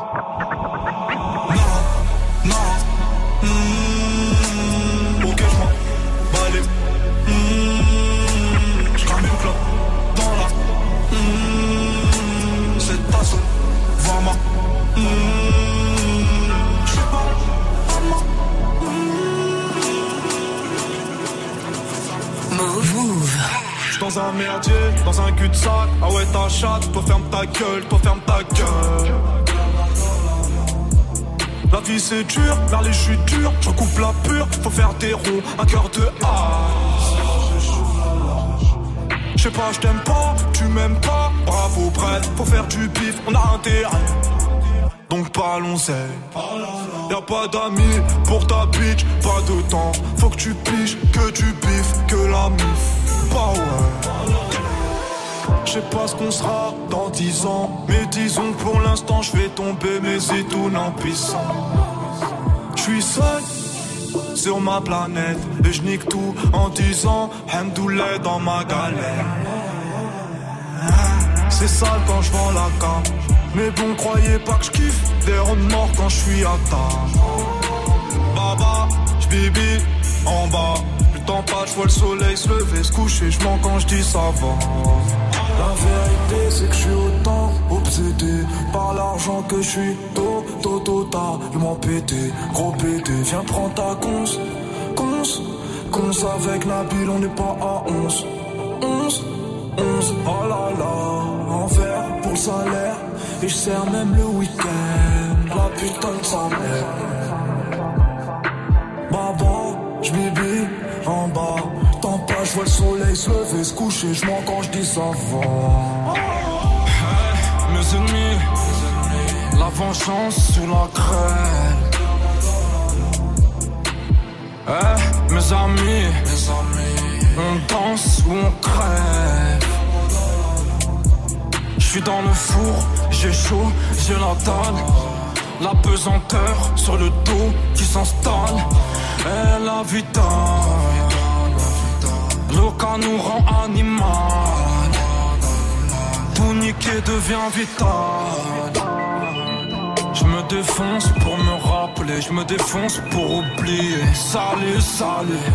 S7: Non, non, mmh, ok, je m'en balais. Mmh, je crame une clope dans la. Mmh, cette tasse, vois moi. Mmh, je sais pas, maman.
S3: Move. Move.
S7: J'suis dans un merdier, dans un cul-de-sac. Ah ouais, ta chatte, toi ferme ta gueule, toi ferme ta gueule. La vie c'est dur, vers les chutes dures, je coupe la pure, faut faire des ronds, un cœur de as. J'sais pas, j't'aime pas, tu m'aimes pas, bravo, bref, faut faire du bif, on a intérêt. Donc parlons-y. Y'a pas d'amis pour ta bitch, pas de temps. Faut que tu piges, que tu biffes, que la mif. Bah ouais. J'sais pas ce qu'on sera dans dix ans, mais disons que pour l'instant j'fais tomber mes étoiles impuissants. J'suis seul sur ma planète et j'nique tout en disant Hamdoullah dans ma galère. C'est sale quand j'vends la cam, mais bon croyez pas que j'kiffe des rondes morts quand j'suis à table. Baba, j'bibi en bas. Le temps passe, j'vois le soleil se lever, se coucher, j'mens quand j'dis ça va. La vérité c'est que je suis autant obsédé par l'argent que je suis tôt, tôt, totalement pété. Gros pété, viens prendre ta conce, conce, conce avec Nabil, on n'est pas à onze, onze, onze, oh là là, en vert pour le salaire, et je sers même le week-end, la putain de sa mère. Baba, j'bibi en bas. Tant pas, j'vois le soleil se lever, se coucher, j'mens quand j'dis ça va. Hey, mes ennemis, la vengeance sous la grêle. Hey, mes amis, mes amis, on danse ou on crève. J'suis dans le four, j'ai chaud, j'ai la dalle. La pesanteur sur le dos qui s'installe. Et la vitale. L'oka nous rend animal. Tout niquer devient vital. Je me défonce pour me rappeler, je me défonce pour oublier. Salut, salut.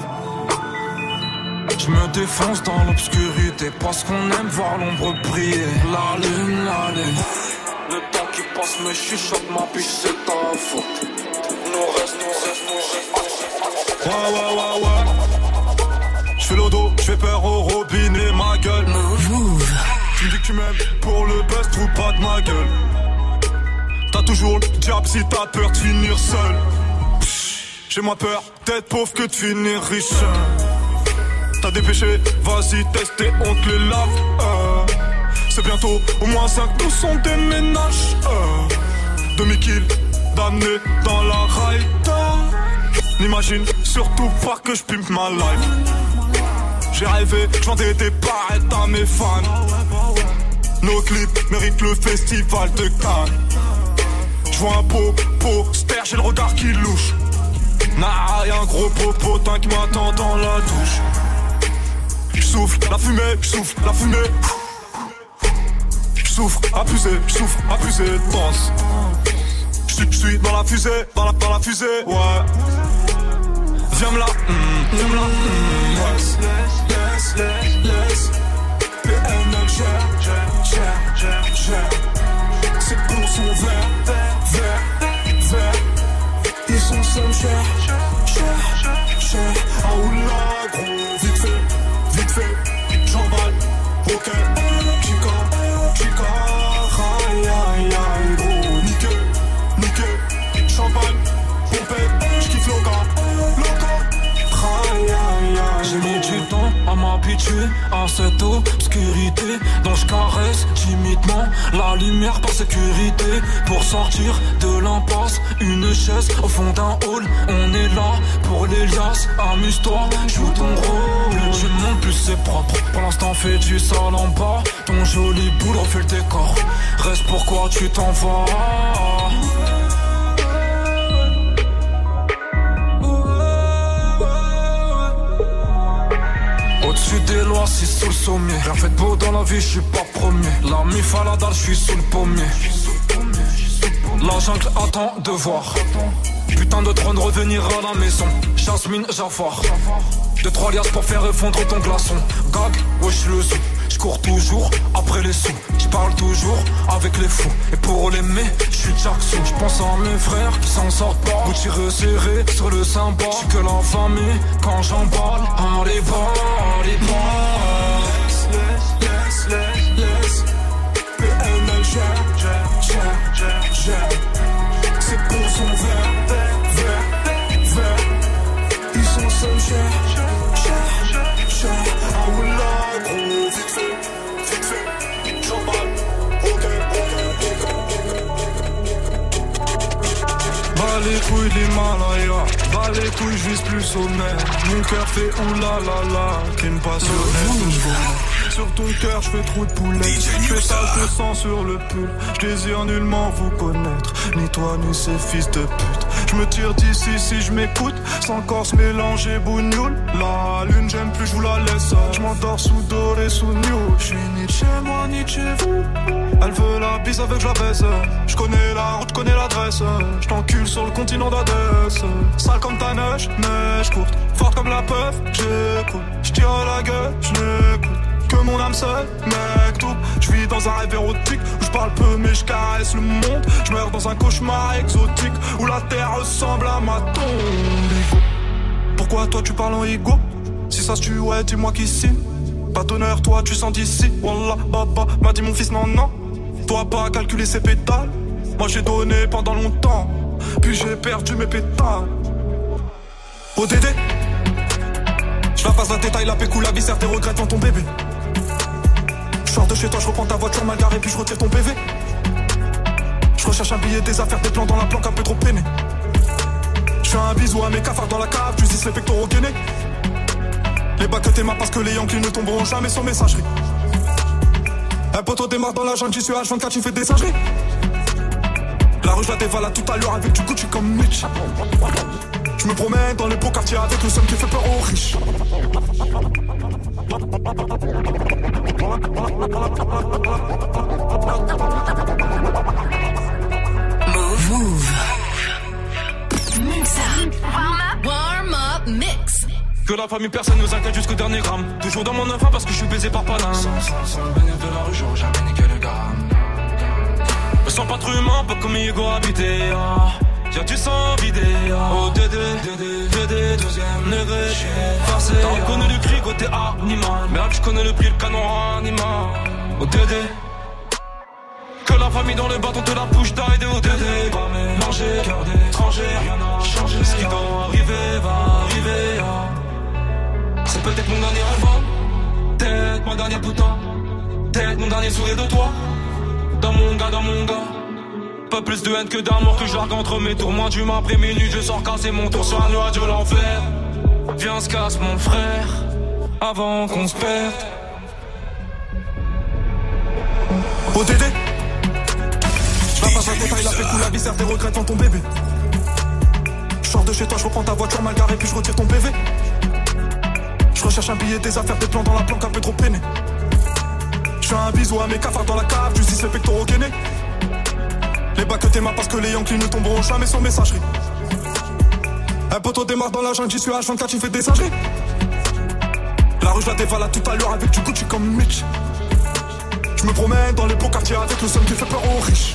S7: Je me défonce dans l'obscurité parce qu'on aime voir l'ombre briller. La lune, la lune. Le temps qui passe me chuchote, ma biche c'est ta faute. Nous reste, nous reste, nous reste. Ouais, ouais, ouais, ouais. J'fais l'odo, j'fais peur au robinet, ma gueule. Move. Tu me dis que tu m'aimes pour le buzz, trouve pas de ma gueule. T'as toujours le diable si t'as peur de finir seul. J'ai moins peur d'être pauvre que de finir riche. T'as des péchés, vas-y teste et on te les lave. euh. C'est bientôt au moins cinq pour cent des ménages. euh. Demi-kill, damné dans la raïta. N'imagine surtout pas que je pimpe ma life. J'ai rêvé, j'vendais des barrettes à mes fans. Nos clips méritent le festival de Cannes. J'vois un pot, poster, j'ai le regard qui louche. Nah, y'a un gros popotin qui m'attend dans la douche. J'souffle la fumée, j'souffle la fumée. J'souffre, abusé, j'souffre, abusé, danse. J'suis dans la fusée, dans la, dans la fusée, ouais. Viens me là, mm, viens me là, mm, ouais. Laisse, laisse, laisse, laisse. P N L gère, gère, gère, gère. Ces cons sont verts, verts, verts, verts. Ils sont seuls, cher, cher, cher. Ah oula, gros, vite fait, vite fait. J'emballe, ok, chica, chica. Aïe, aïe, aïe, gros, nickel, nickel. Champagne, pompette, j'kiffe l'oka, l'oka. Aïe, aïe, aïe. J'ai mis du temps à ma
S5: habitué à cette obscurité dont je caresse timidement la lumière par sécurité. Pour sortir de l'impasse, une chaise au fond d'un hall. On est là pour les liasses, amuse-toi, joue ton rôle. Plus tu montes, plus c'est propre. Pour l'instant fais du sale en bas. Ton joli boule refait le décor. Reste pourquoi tu t'en vas. Au-dessus des lois, si sous le sommier. Rien fait de beau dans la vie, je suis pas premier. La mif à la dalle, je suis sous le pommier. La jungle attend de voir. Putain de trône revenir à la maison. Jasmine, Jafar. Deux trois liasses pour faire effondrer ton glaçon. Gag, wesh le zoo. J'cours toujours après les sous. J'parle toujours avec les fous. Et pour l'aimer, j'suis Jackson. J'pense à mes frères qui s'en sortent pas. Gucci resserré sur le symbole. J'suis que la famille quand j'emballe. Allez va, allez va.
S7: Laisse, laisse, laisse, laisse. P N L gère, gère, gère, gère, gère. C'est pour son verre, verre, verre. Ils sont seuls, gère, gère, gère, gère. Ah ouais là, gros, vite fait, vite fait. J'emballe, ok, ok, ok. Bas les couilles de l'Himalaya, bas les couilles, j'vise plus sommet. Mon cœur fait oulala, qui me passionnait. Sur ton cœur, j'fais trop de poulet. J'fais tache de sang sur le pull. J'désire nullement vous connaître, ni toi ni ces fils de pute. J'me tire d'ici si j'm'écoute, sans corse mélanger bougnoule. La lune j'aime plus, j'vous la laisse. J'm'endors sous doré, sous new. J'suis ni de chez moi, ni de chez vous. Elle veut la bise avec la baisse. J'connais la route, j'connais l'adresse. J't'encule sur le continent d'Adès. Sale comme ta neige, neige courte. Forte comme la peuf, j'écoute. J'tire la gueule, j'n'écoute que mon âme seule, mec, tout. J'vis dans un rêve érotique où j'parle peu mais j'caresse le monde. J'meurs dans un cauchemar exotique où la terre ressemble à ma tombe. Pourquoi toi tu parles en ego? Si ça se tue, ouais, dis-moi qui signe. Pas d'honneur, toi tu sens d'ici. Wallah, baba, m'a dit mon fils, non, non. Toi pas calculer ses pétales. Moi j'ai donné pendant longtemps, puis j'ai perdu mes pétales. O D D, j'la passe la détail, la pécou, la viscère, tes regrets devant ton bébé. J'sors de chez toi, j'reprends ta voiture mal garée, puis j'retire ton P V. J'recherche un billet, des affaires, des plans dans la planque, un peu trop peiné. J'fais un bisou à mes cafards dans la cave, j'utilise les pectoraux gainés. Les bacs que t'aimas parce que les Yankees ne tomberont jamais sur messagerie. Un poteau démarre dans la jungle, j'y suis H vingt-quatre, tu fais des singeries. La rue, j'la dévale à tout à l'heure avec du Gucci comme Mitch. J'me promène dans les beaux quartiers avec le seum qui fait peur aux riches.
S2: Move. Move. Muxa. Warm up. Warm up mix.
S5: Que la famille, personne nous inquiète jusqu'au dernier gramme. Toujours dans mon enfant parce que je suis baisé par Paname. Sans, sans, sans le bénéfice de la rue, j'aurais jamais niqué le gramme. Me sens pas trop humain, pas comme Hugo habité. Ah. Y'a du sang vidé. Ah. Oh D D, D D, D D, deuxième degré. Farcé. T'as reconnu le cri côté animal. Merde, je connais le prix, le canon animal. Oh D D. Que la famille dans le bâton te la bouche d'ail de O D D. Pas mélanger, cœur d'étranger, rien n'a changé. Ce qui doit arriver va arriver. Ah. C'est peut-être mon dernier album, peut-être mon dernier bouton, peut-être mon dernier sourire de toi. Dans mon gars, dans mon gars. Pas plus de haine que d'amour que je largue entre mes tours. Moins d'humain après minuit, je sors casser mon tour sur un nuage de l'enfer. Viens, se casse mon frère, avant qu'on se perde.
S7: O D D, j'la passe la détail, la pécou, la viscère, tes regrets devant ton bébé. J'sors de chez toi, j'reprends ta voiture mal garée, puis j'retire ton P V. J'recherche un billet, des affaires, des plans dans la planque, un peu trop peiné. J'fais un bisou à mes cafards dans la cave, j'utilise les pectoraux gainés. Les bacs que t'aimas parce que les Yankees ne tomberont jamais sur messagerie. Un poteau démarre dans la jungle, j'y suis H vingt-quatre, tu fais des singeries. La rue, j'la dévale à tout à l'heure avec du Gucci comme Mitch. J'me promène dans les beaux quartiers avec le seum qui fait peur aux riches.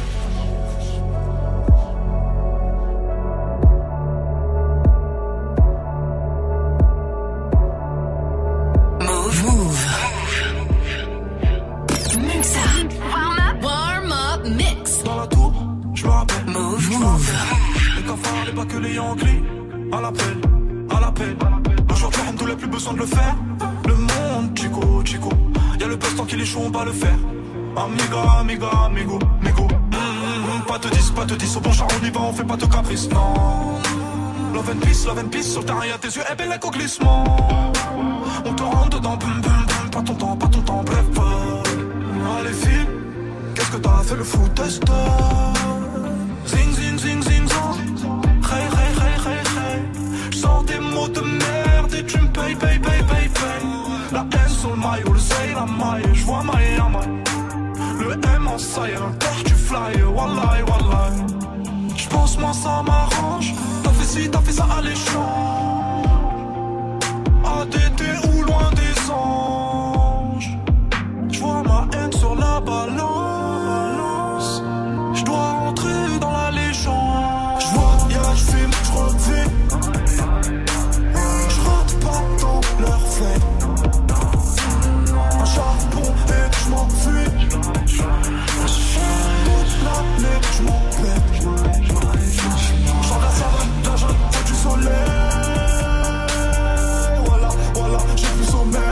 S7: Que les Yankees, à l'appel, à l'appel. Aujourd'hui, on n'a plus besoin de le faire. Le monde monde, chico, chico. Y'a le buzz tant qu'il est chaud, on va le faire. Amiga, amiga, amigo, amigo. Mmh, pas te dix, pas te dix. Au bon char, on y va, on fait pas de caprice, non. Love and peace, love and peace. Sur le terrain, y'a tes yeux, eh ben, l'écho glissement. On te rentre dedans, boum, boum, boum. Pas ton temps, pas ton temps, bref. Allez, file. Qu'est-ce que t'as fait le fou test? Zing, zing, zing, zing, zing. Hey, hey, hey, hey, hey. J'sors des mots de merde et tu me payes, payes, payes, payes, payes. La haine sur le maillot, le say, la maille. J'vois maille à maille. Le M en saille, un corps tu fly. Wallahi, wallahi. J'pense moi ça m'arrange. T'as fait ci, t'as fait ça alléchant. A D T ou loin des anges. J'vois ma haine sur la balance. J'dois rentrer dans la légende. J'voyage, j'fume, j'revis. J'rentre pas dans leur fait. Un charbon et j'm'enfuis. Toute l'année j'm'en pète. J'en la savane, la jeune, faut du soleil. Voilà, voilà, j'ai plus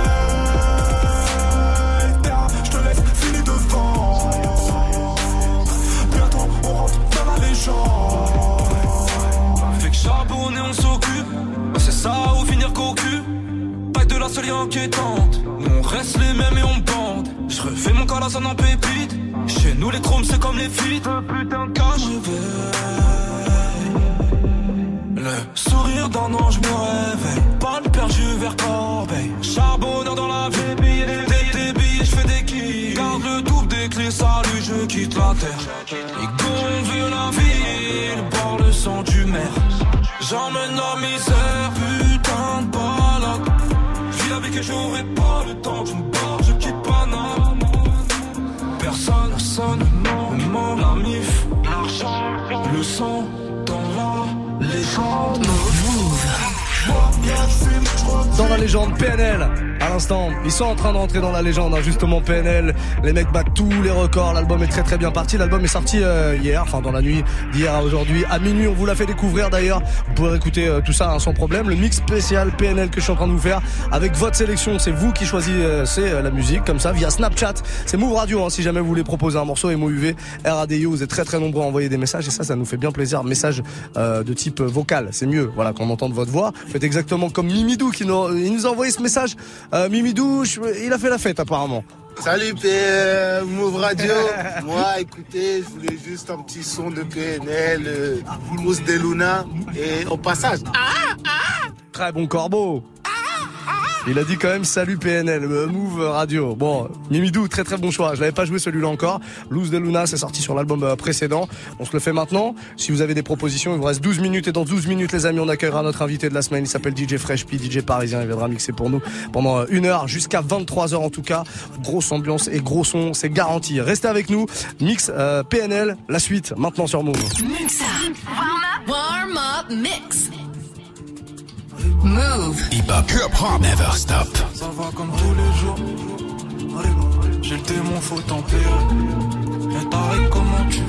S7: sommeil. Terrain, j'te laisse fini devant. Bientôt on rentre dans la légende.
S5: Fait que charbonner on s'occupe. C'est ça ou finir cocu. Pas de la seule inquiétante. On reste les mêmes et on bande. Je refais mon corps à son en pépite. Chez nous les chromes c'est comme les fuites. Putain de cache. Le sourire d'un ange me réveille. Pas le perdu vers Corbeil. Charbonneur dans la vie. Des des billets, j'fais des kills. Garde le double des clés, salut, je quitte la terre. Les gonds veulent la ville. Bord le sang du maire. J'emmène la misère, putain de balade. Vis la vie que j'aurai pas le temps. Tu me barres, je quitte Paname. Personne, personne ne ment. La mif, l'argent, le sang dans la légende.
S1: Dans la légende P N L, à l'instant, ils sont en train de rentrer dans la légende, hein, justement P N L. Les mecs battent tous les records. L'album est très très bien parti. L'album est sorti euh, hier, enfin dans la nuit d'hier à aujourd'hui. À minuit, on vous l'a fait découvrir d'ailleurs. Vous pourrez écouter euh, tout ça hein, sans problème. Le mix spécial P N L que je suis en train de vous faire avec votre sélection. C'est vous qui choisissez euh, la musique comme ça via Snapchat. C'est Move Radio hein, si jamais vous voulez proposer un morceau. M O U V, R A D I O. Vous êtes très très nombreux à envoyer des messages et ça, ça nous fait bien plaisir. Message euh, de type vocal, c'est mieux. Voilà, qu'on entende votre voix. Faites exactement comme Mimidou qui nous, il nous a envoyé ce message. Euh, Mimidou, je, il a fait la fête apparemment.
S13: Salut P euh, Move Radio. Moi, écoutez, je voulais juste un petit son de P N L, euh, Mousse de Luna et au passage. Ah,
S1: ah Très bon corbeau. Il a dit quand même salut P N L, Move Radio. Bon, Mimidou, très très bon choix. Je l'avais pas joué celui-là encore. Luz de Luna, c'est sorti sur l'album précédent. On se le fait maintenant. Si vous avez des propositions, il vous reste douze minutes et dans douze minutes, les amis, on accueillera notre invité de la semaine. Il s'appelle D J Fresh P, D J parisien. Il viendra mixer pour nous pendant une heure jusqu'à vingt-trois heures en tout cas. Grosse ambiance et gros son, c'est garanti. Restez avec nous. Mix euh, P N L, la suite maintenant sur Move.
S2: Muxa. Warm up, warm up mix. Move.
S3: Hip hop, hip hop, never stop.
S7: Ça va comme tous les jours. J'ai le démon, faut tempérer. Et Tariq, comment tu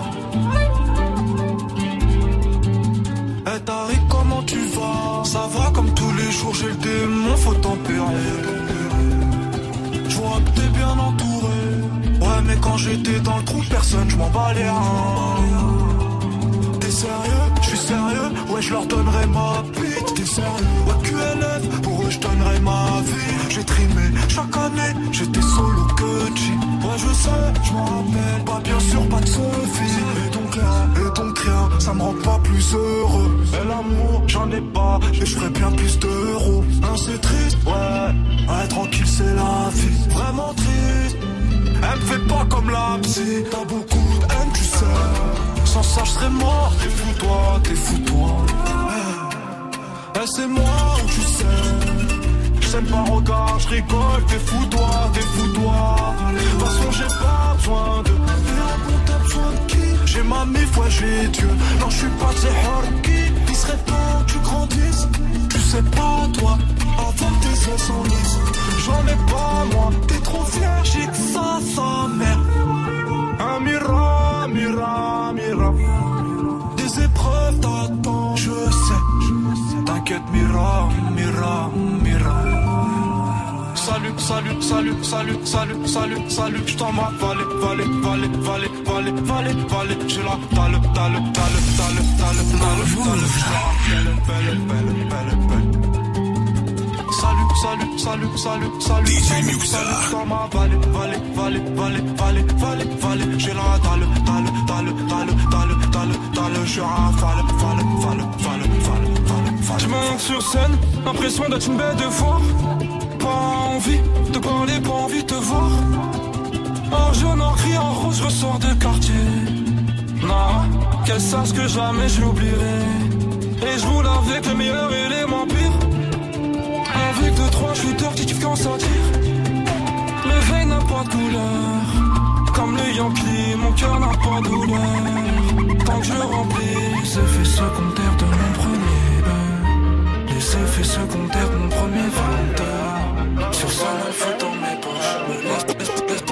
S7: vas? Et Tariq, comment tu vas? Ça va comme tous les jours. J'ai le démon, faut tempérer. Je vois que t'es bien entouré. Ouais, mais quand j'étais dans le trou, personne, je m'en bats les reins. T'es sérieux? Je suis sérieux? Ouais, je leur donnerai ma bite. T'es sérieux? Ouais, Q L F, pour eux, je donnerai ma vie. J'ai trimé chaque année, j'étais solo coach. Ouais, je sais, je m'en rappelle. Bah, bien sûr, pas de Sophie. Et donc rien, et donc rien, ça me rend pas plus heureux. Et l'amour, j'en ai pas, et je ferais bien plus d'euros. Non, c'est triste, ouais. Ouais, tranquille, c'est la vie. Vraiment triste. Elle me fait pas comme la psy. T'as beaucoup de haine, tu sais. Sans ça, je serais mort. T'es fou-toi, t'es fou-toi. Eh, hey, c'est moi où tu sais. J'aime pas, regarde, je rigole. T'es fou-toi, t'es fou-toi. De toute façon, j'ai pas besoin de. Et un bon, t'as besoin de qui? J'ai ma mif, ouais, j'ai Dieu. Non, je suis pas de ces qui. Il serait temps que tu grandisses. Tu sais pas, toi, avant que tes yeux s'enlisent. J'en ai pas, moi. T'es trop fier, j'ai que ça, sa mère. Un mira, mira, mira. Des épreuves t'attendent, je sais. T'inquiète, mira, mira, mira. Salut salut, salut, salut, salut, salut, salut. J't'en m'as valé, valé, valé, valé, valé, valé, valé. J'ai la dalle, dalle, dalle, dalle, dalle, dalle, dalle. Belle, belle, belle, belle, belle. Salut, salut, salut, salut, salut.
S3: D J Muxxa.
S7: J't'en m'as valé, valé, valé, valé, valé, valé, valé. J'ai la dalle, dalle, dalle, dalle, dalle, dalle, dalle. J'suis rafale, fale, fale, fale, fale, fale, fale.
S5: Je monte sur scène, l'impression d'être une bête de foire. Pas envie de parler, pas envie de te voir. En jaune, en gris, en rose, je ressors de quartier. Non, qu'elle sache que jamais je l'oublierai. Et je roule avec les meilleurs et les moins pires. Avec deux, trois shooters qui kiffent quand ça tire. Le veille n'a pas de couleur. Comme les Yankees, mon cœur n'a pas de douleur. Tant que je remplis les effets secondaires de mon premier E. Les effets secondaires de mon premier vingt. Sur ça, le feu dans mes poches. Me laisse, laisse, laisse, laisse,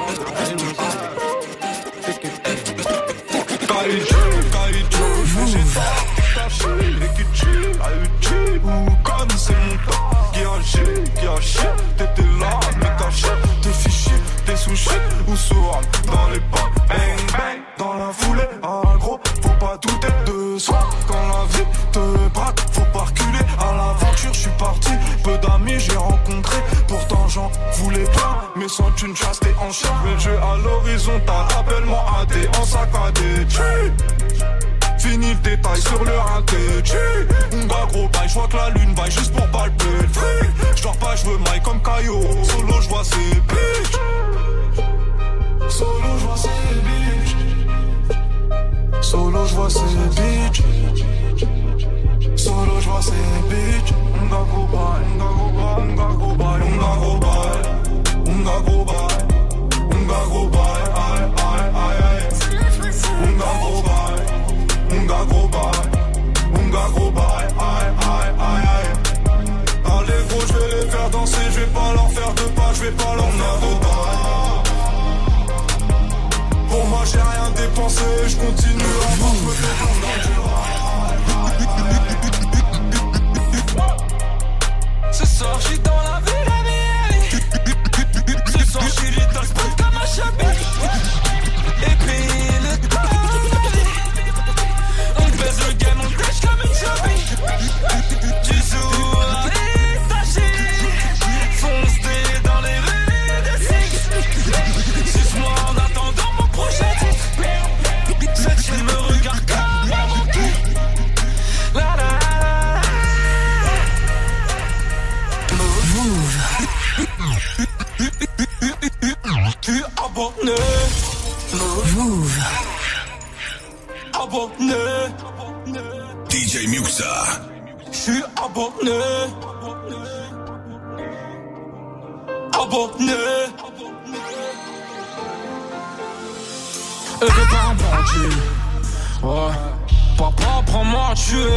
S7: comme c'est mon temps qui agit, qui agit. T'étais là, mais t'as chier. T'es fiché, t'es sushi ou sourd dans les pas. Bang bang, dans la foulée, ah gros, faut pas douter de soi. Quand la vie te braque, faut pas reculer à l'aventure. J'suis parti, peu d'amis j'ai rencontré. Pourtant j'en voulais pas, mais sans une chasse t'es en chien. Le jeu à l'horizontale, appelle-moi A D en saccadé. Fini le détail sur le raté. On va gros bail, j'vois que la lune vaille juste pour palper le fric. J'dors pas, j'veux maille comme Caillou. Solo j'vois ces bitches. Solo j'vois ces bitches. Solo j'vois ces bitches. Solo j'vois ces bitches. On va gros bail, on va gros bail, on va gros bail, on va gros bail. On va gros bail, on va gros bail, aïe aïe aïe aïe. On va gros bail. Unga gros bail, unga gros bail, aïe aïe aïe aïe. Allez gros, je vais les faire danser, je vais pas leur faire de pas, je vais pas leur faire de pas. Pour moi j'ai rien dépensé, je continue à voir, je me fais dans
S5: ce soir j'suis dans la ville à Miami. Ce soir j'suis dans le spot comme un chabit. Et puis le temps. Le game on pêche comme une chopie. Tu joues à l'étagère. Fonce dans les rues de Six. Suce-moi en attendant mon prochain titre. Cette fille me regarde comme un vampire. La la la. Move. Tu abonné. Move. Abonné.
S3: D J Muxxa.
S5: J'suis abonné. Abonné. Élevé par un bandit. Ouais. Papa, prends-moi à tuer.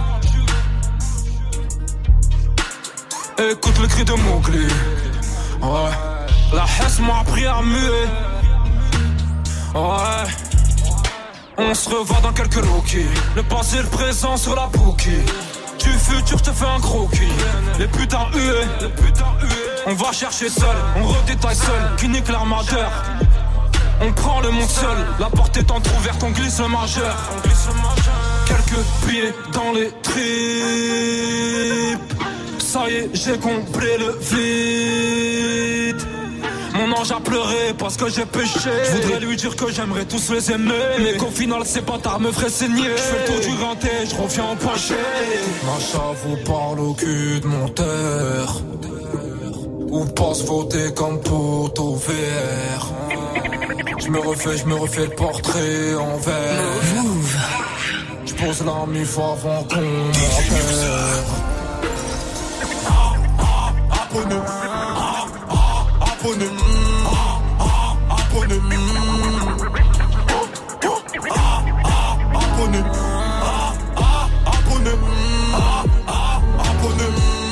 S5: Écoute le cri de Mowgli. Ouais. La Hesse m'a appris à muer. Ouais. On se revoit dans quelques loquis. Le passé, le présent sur la bouquille. Du futur, je te fais un croquis. Les putains hués, on va chercher seul, on redétaille seul. Qui nique l'armateur. On prend le monde seul. La porte est entrouverte, on glisse le majeur. Quelques billets dans les tripes. Ça y est, j'ai compris le vide. Mon ange a pleuré parce que j'ai péché. Je voudrais lui dire que j'aimerais tous les aimer, mais qu'au final ces bâtards me feraient saigner. Je fais le tour du rinté, je reviens en poché. Macha vous parle au cul de mon terre. Ou pense voter comme pour au V R. Je me refais, je me refais le portrait en verre. Je pose la mif avant qu'on m'enterre.
S7: Abonné. Abonné. Abonné. Abonné. Abonné. Abonné.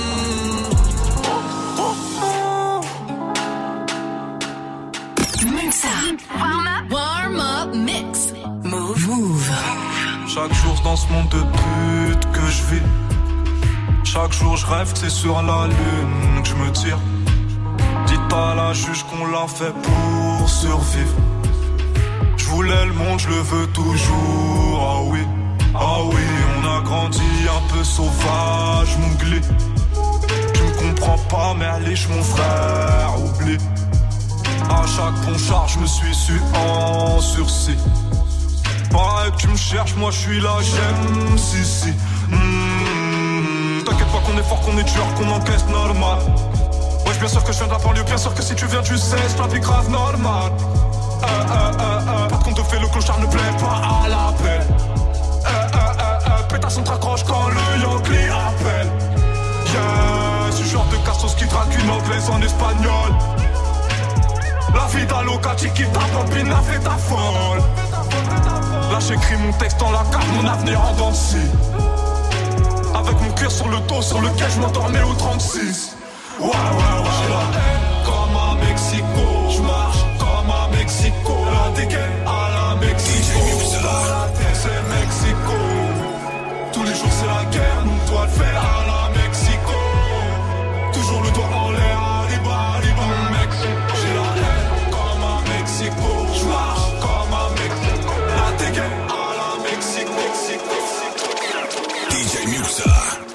S2: Muxxa. Warm up. Warm up mix. Move. Move.
S7: Chaque jour dans ce monde de pute que je vis. Chaque jour je rêve que c'est sur la lune que je me tire. Dites pas à la juge qu'on l'a fait pour survivre. Je voulais le monde, je le veux toujours. Ah oui, ah oui, on a grandi un peu sauvage, mon glé. Tu me comprends pas, mais allez, mon frère, oublie. À chaque ponchard, je me suis su en sursis. Pareil que tu me cherches, moi je suis là, j'aime, si si. Mmh, t'inquiète pas qu'on est fort, qu'on est dur, qu'on encaisse normal. Wesh, bien sûr que je viens de la banlieue, bien sûr que si tu viens tu sais, je t'applique grave normal. Euh, euh, euh, euh, pas de qu'on te fait, le clochard ne plaît pas à l'appel. Euh, euh, euh, euh, pétasse on te raccroche quand le Yankee appelle. Yeah, ce genre de cassos qui drague une anglaise en espagnol. La vida loca, chiqui, ta bambine, la fait ta folle. Là j'écris mon texte dans la carte, mon avenir en dents de scie. Avec mon cœur sur le dos, sur lequel je m'endormais au trente-six. Ouais, ouais, ouais. J'ai la haine comme à Mexico. Je marche comme à Mexico. La dégaine à la Mexico. C'est Mexico. Tous les jours c'est la guerre, nous doit le faire à la Mexico. Toujours le doigt en l'air, arriba, arriba, Mexico. J'ai la haine comme à Mexico. Je marche comme à Mexico. La dégaine à la Mexico. Mexico.
S3: D J Muxa.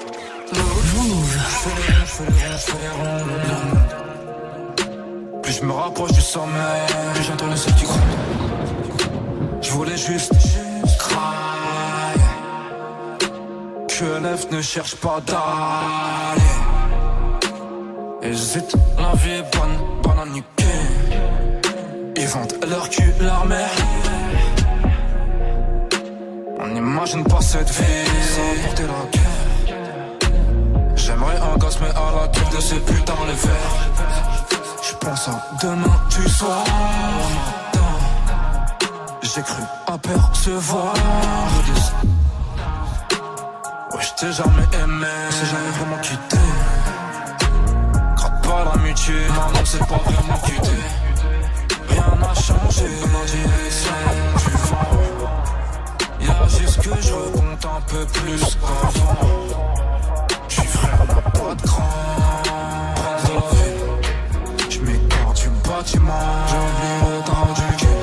S5: Plus je me rapproche du sommet, plus j'entends le seul qui gronde. Je voulais juste crailler. Que l'F ne cherche pas d'aller. Hésite, la vie est bonne, bonne à niquer. Ils vendent leur cul, leur mère. On n'imagine pas cette vie sans porter la guerre. J'aimerais un gosse mais à la tête de ces putains les verres. J'pense à demain du soir matin. J'ai cru apercevoir. Ouais j't'ai jamais aimé, j'ai jamais vraiment quitté. Gratte pas l'amitié, maman c'est pas vraiment quitté. Rien n'a changé, ma direction du vent. Y'a juste que je recompte un peu plus qu'avant. J'suis frère, n'a pas de cran. Prince de la ville. J'm'écarte du bâtiment. J'ai oublié le temps du quai.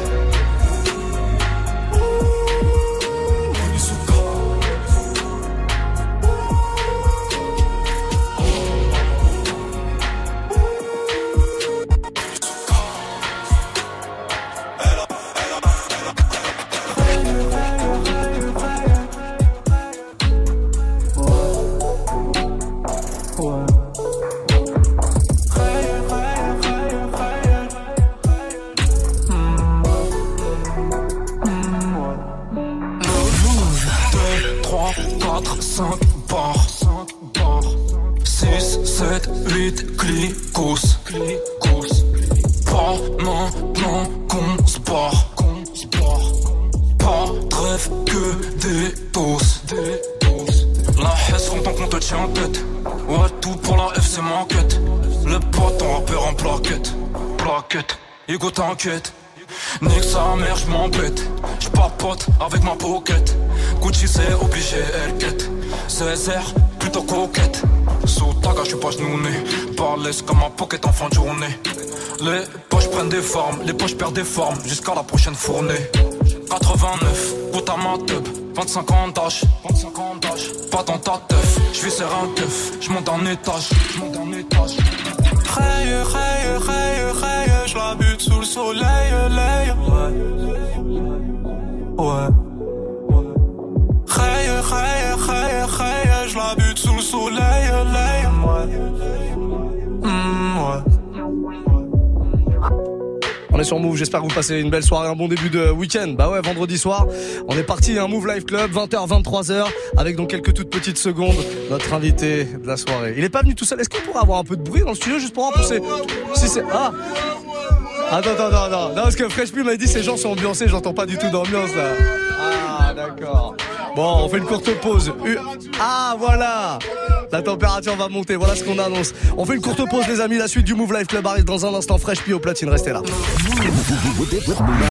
S5: Clicos, clicos. Pas maintenant qu'on se barre, qu'on se barre. Pas de rêve que des doses, des doses. La hesse content qu'on te tient en tête. Ouais, tout pour la F c'est ma quête. Le pote en rappeur en plaquette, plaquette. Ego t'inquiète. Nique sa mère, j'm'embête. J'papote avec ma pocket. Gucci c'est obligé, elle quête. Césaire, plutôt coquette. Sous taga, j'suis pas genouné. Balèze comme ma pocket en fin de journée. Les poches prennent des formes, les poches perdent des formes. Jusqu'à la prochaine fournée. quatre-vingt-neuf, goutte à ma teub. vingt-cinq ans d'âge, vingt-cinq ans d'âge. Pas dans ta teuf, j'vis serrer un keuf. J'monte d'un étage, j'monte d'un étage.
S7: Raye, raye, raye, raye. J'la bute sous le soleil, lay. Ouais. Ouais. Raye, raye, raye, raye. J'la bute sous le soleil, lay. Ouais. Mmh, ouais.
S1: On est sur Move, j'espère que vous passez une belle soirée, un bon début de week-end. Bah ouais, vendredi soir, on est parti à un Move Live Club, vingt heures, vingt-trois heures, avec donc quelques toutes petites secondes, notre invité de la soirée. Il est pas venu tout seul, est-ce qu'on pourrait avoir un peu de bruit dans le studio juste pour voir pour ces... Si c'est... Ah Attends, attends, attends, attends, non, parce que Fresh P m'a dit ces gens sont ambiancés, j'entends pas du tout d'ambiance là. Ah, d'accord. Bon, on fait une courte pause. Ah, voilà. La température va monter, voilà ce qu'on annonce. On fait une courte pause les amis, la suite du Move Live Club arrive dans un instant. Fresh P au platine, restez là.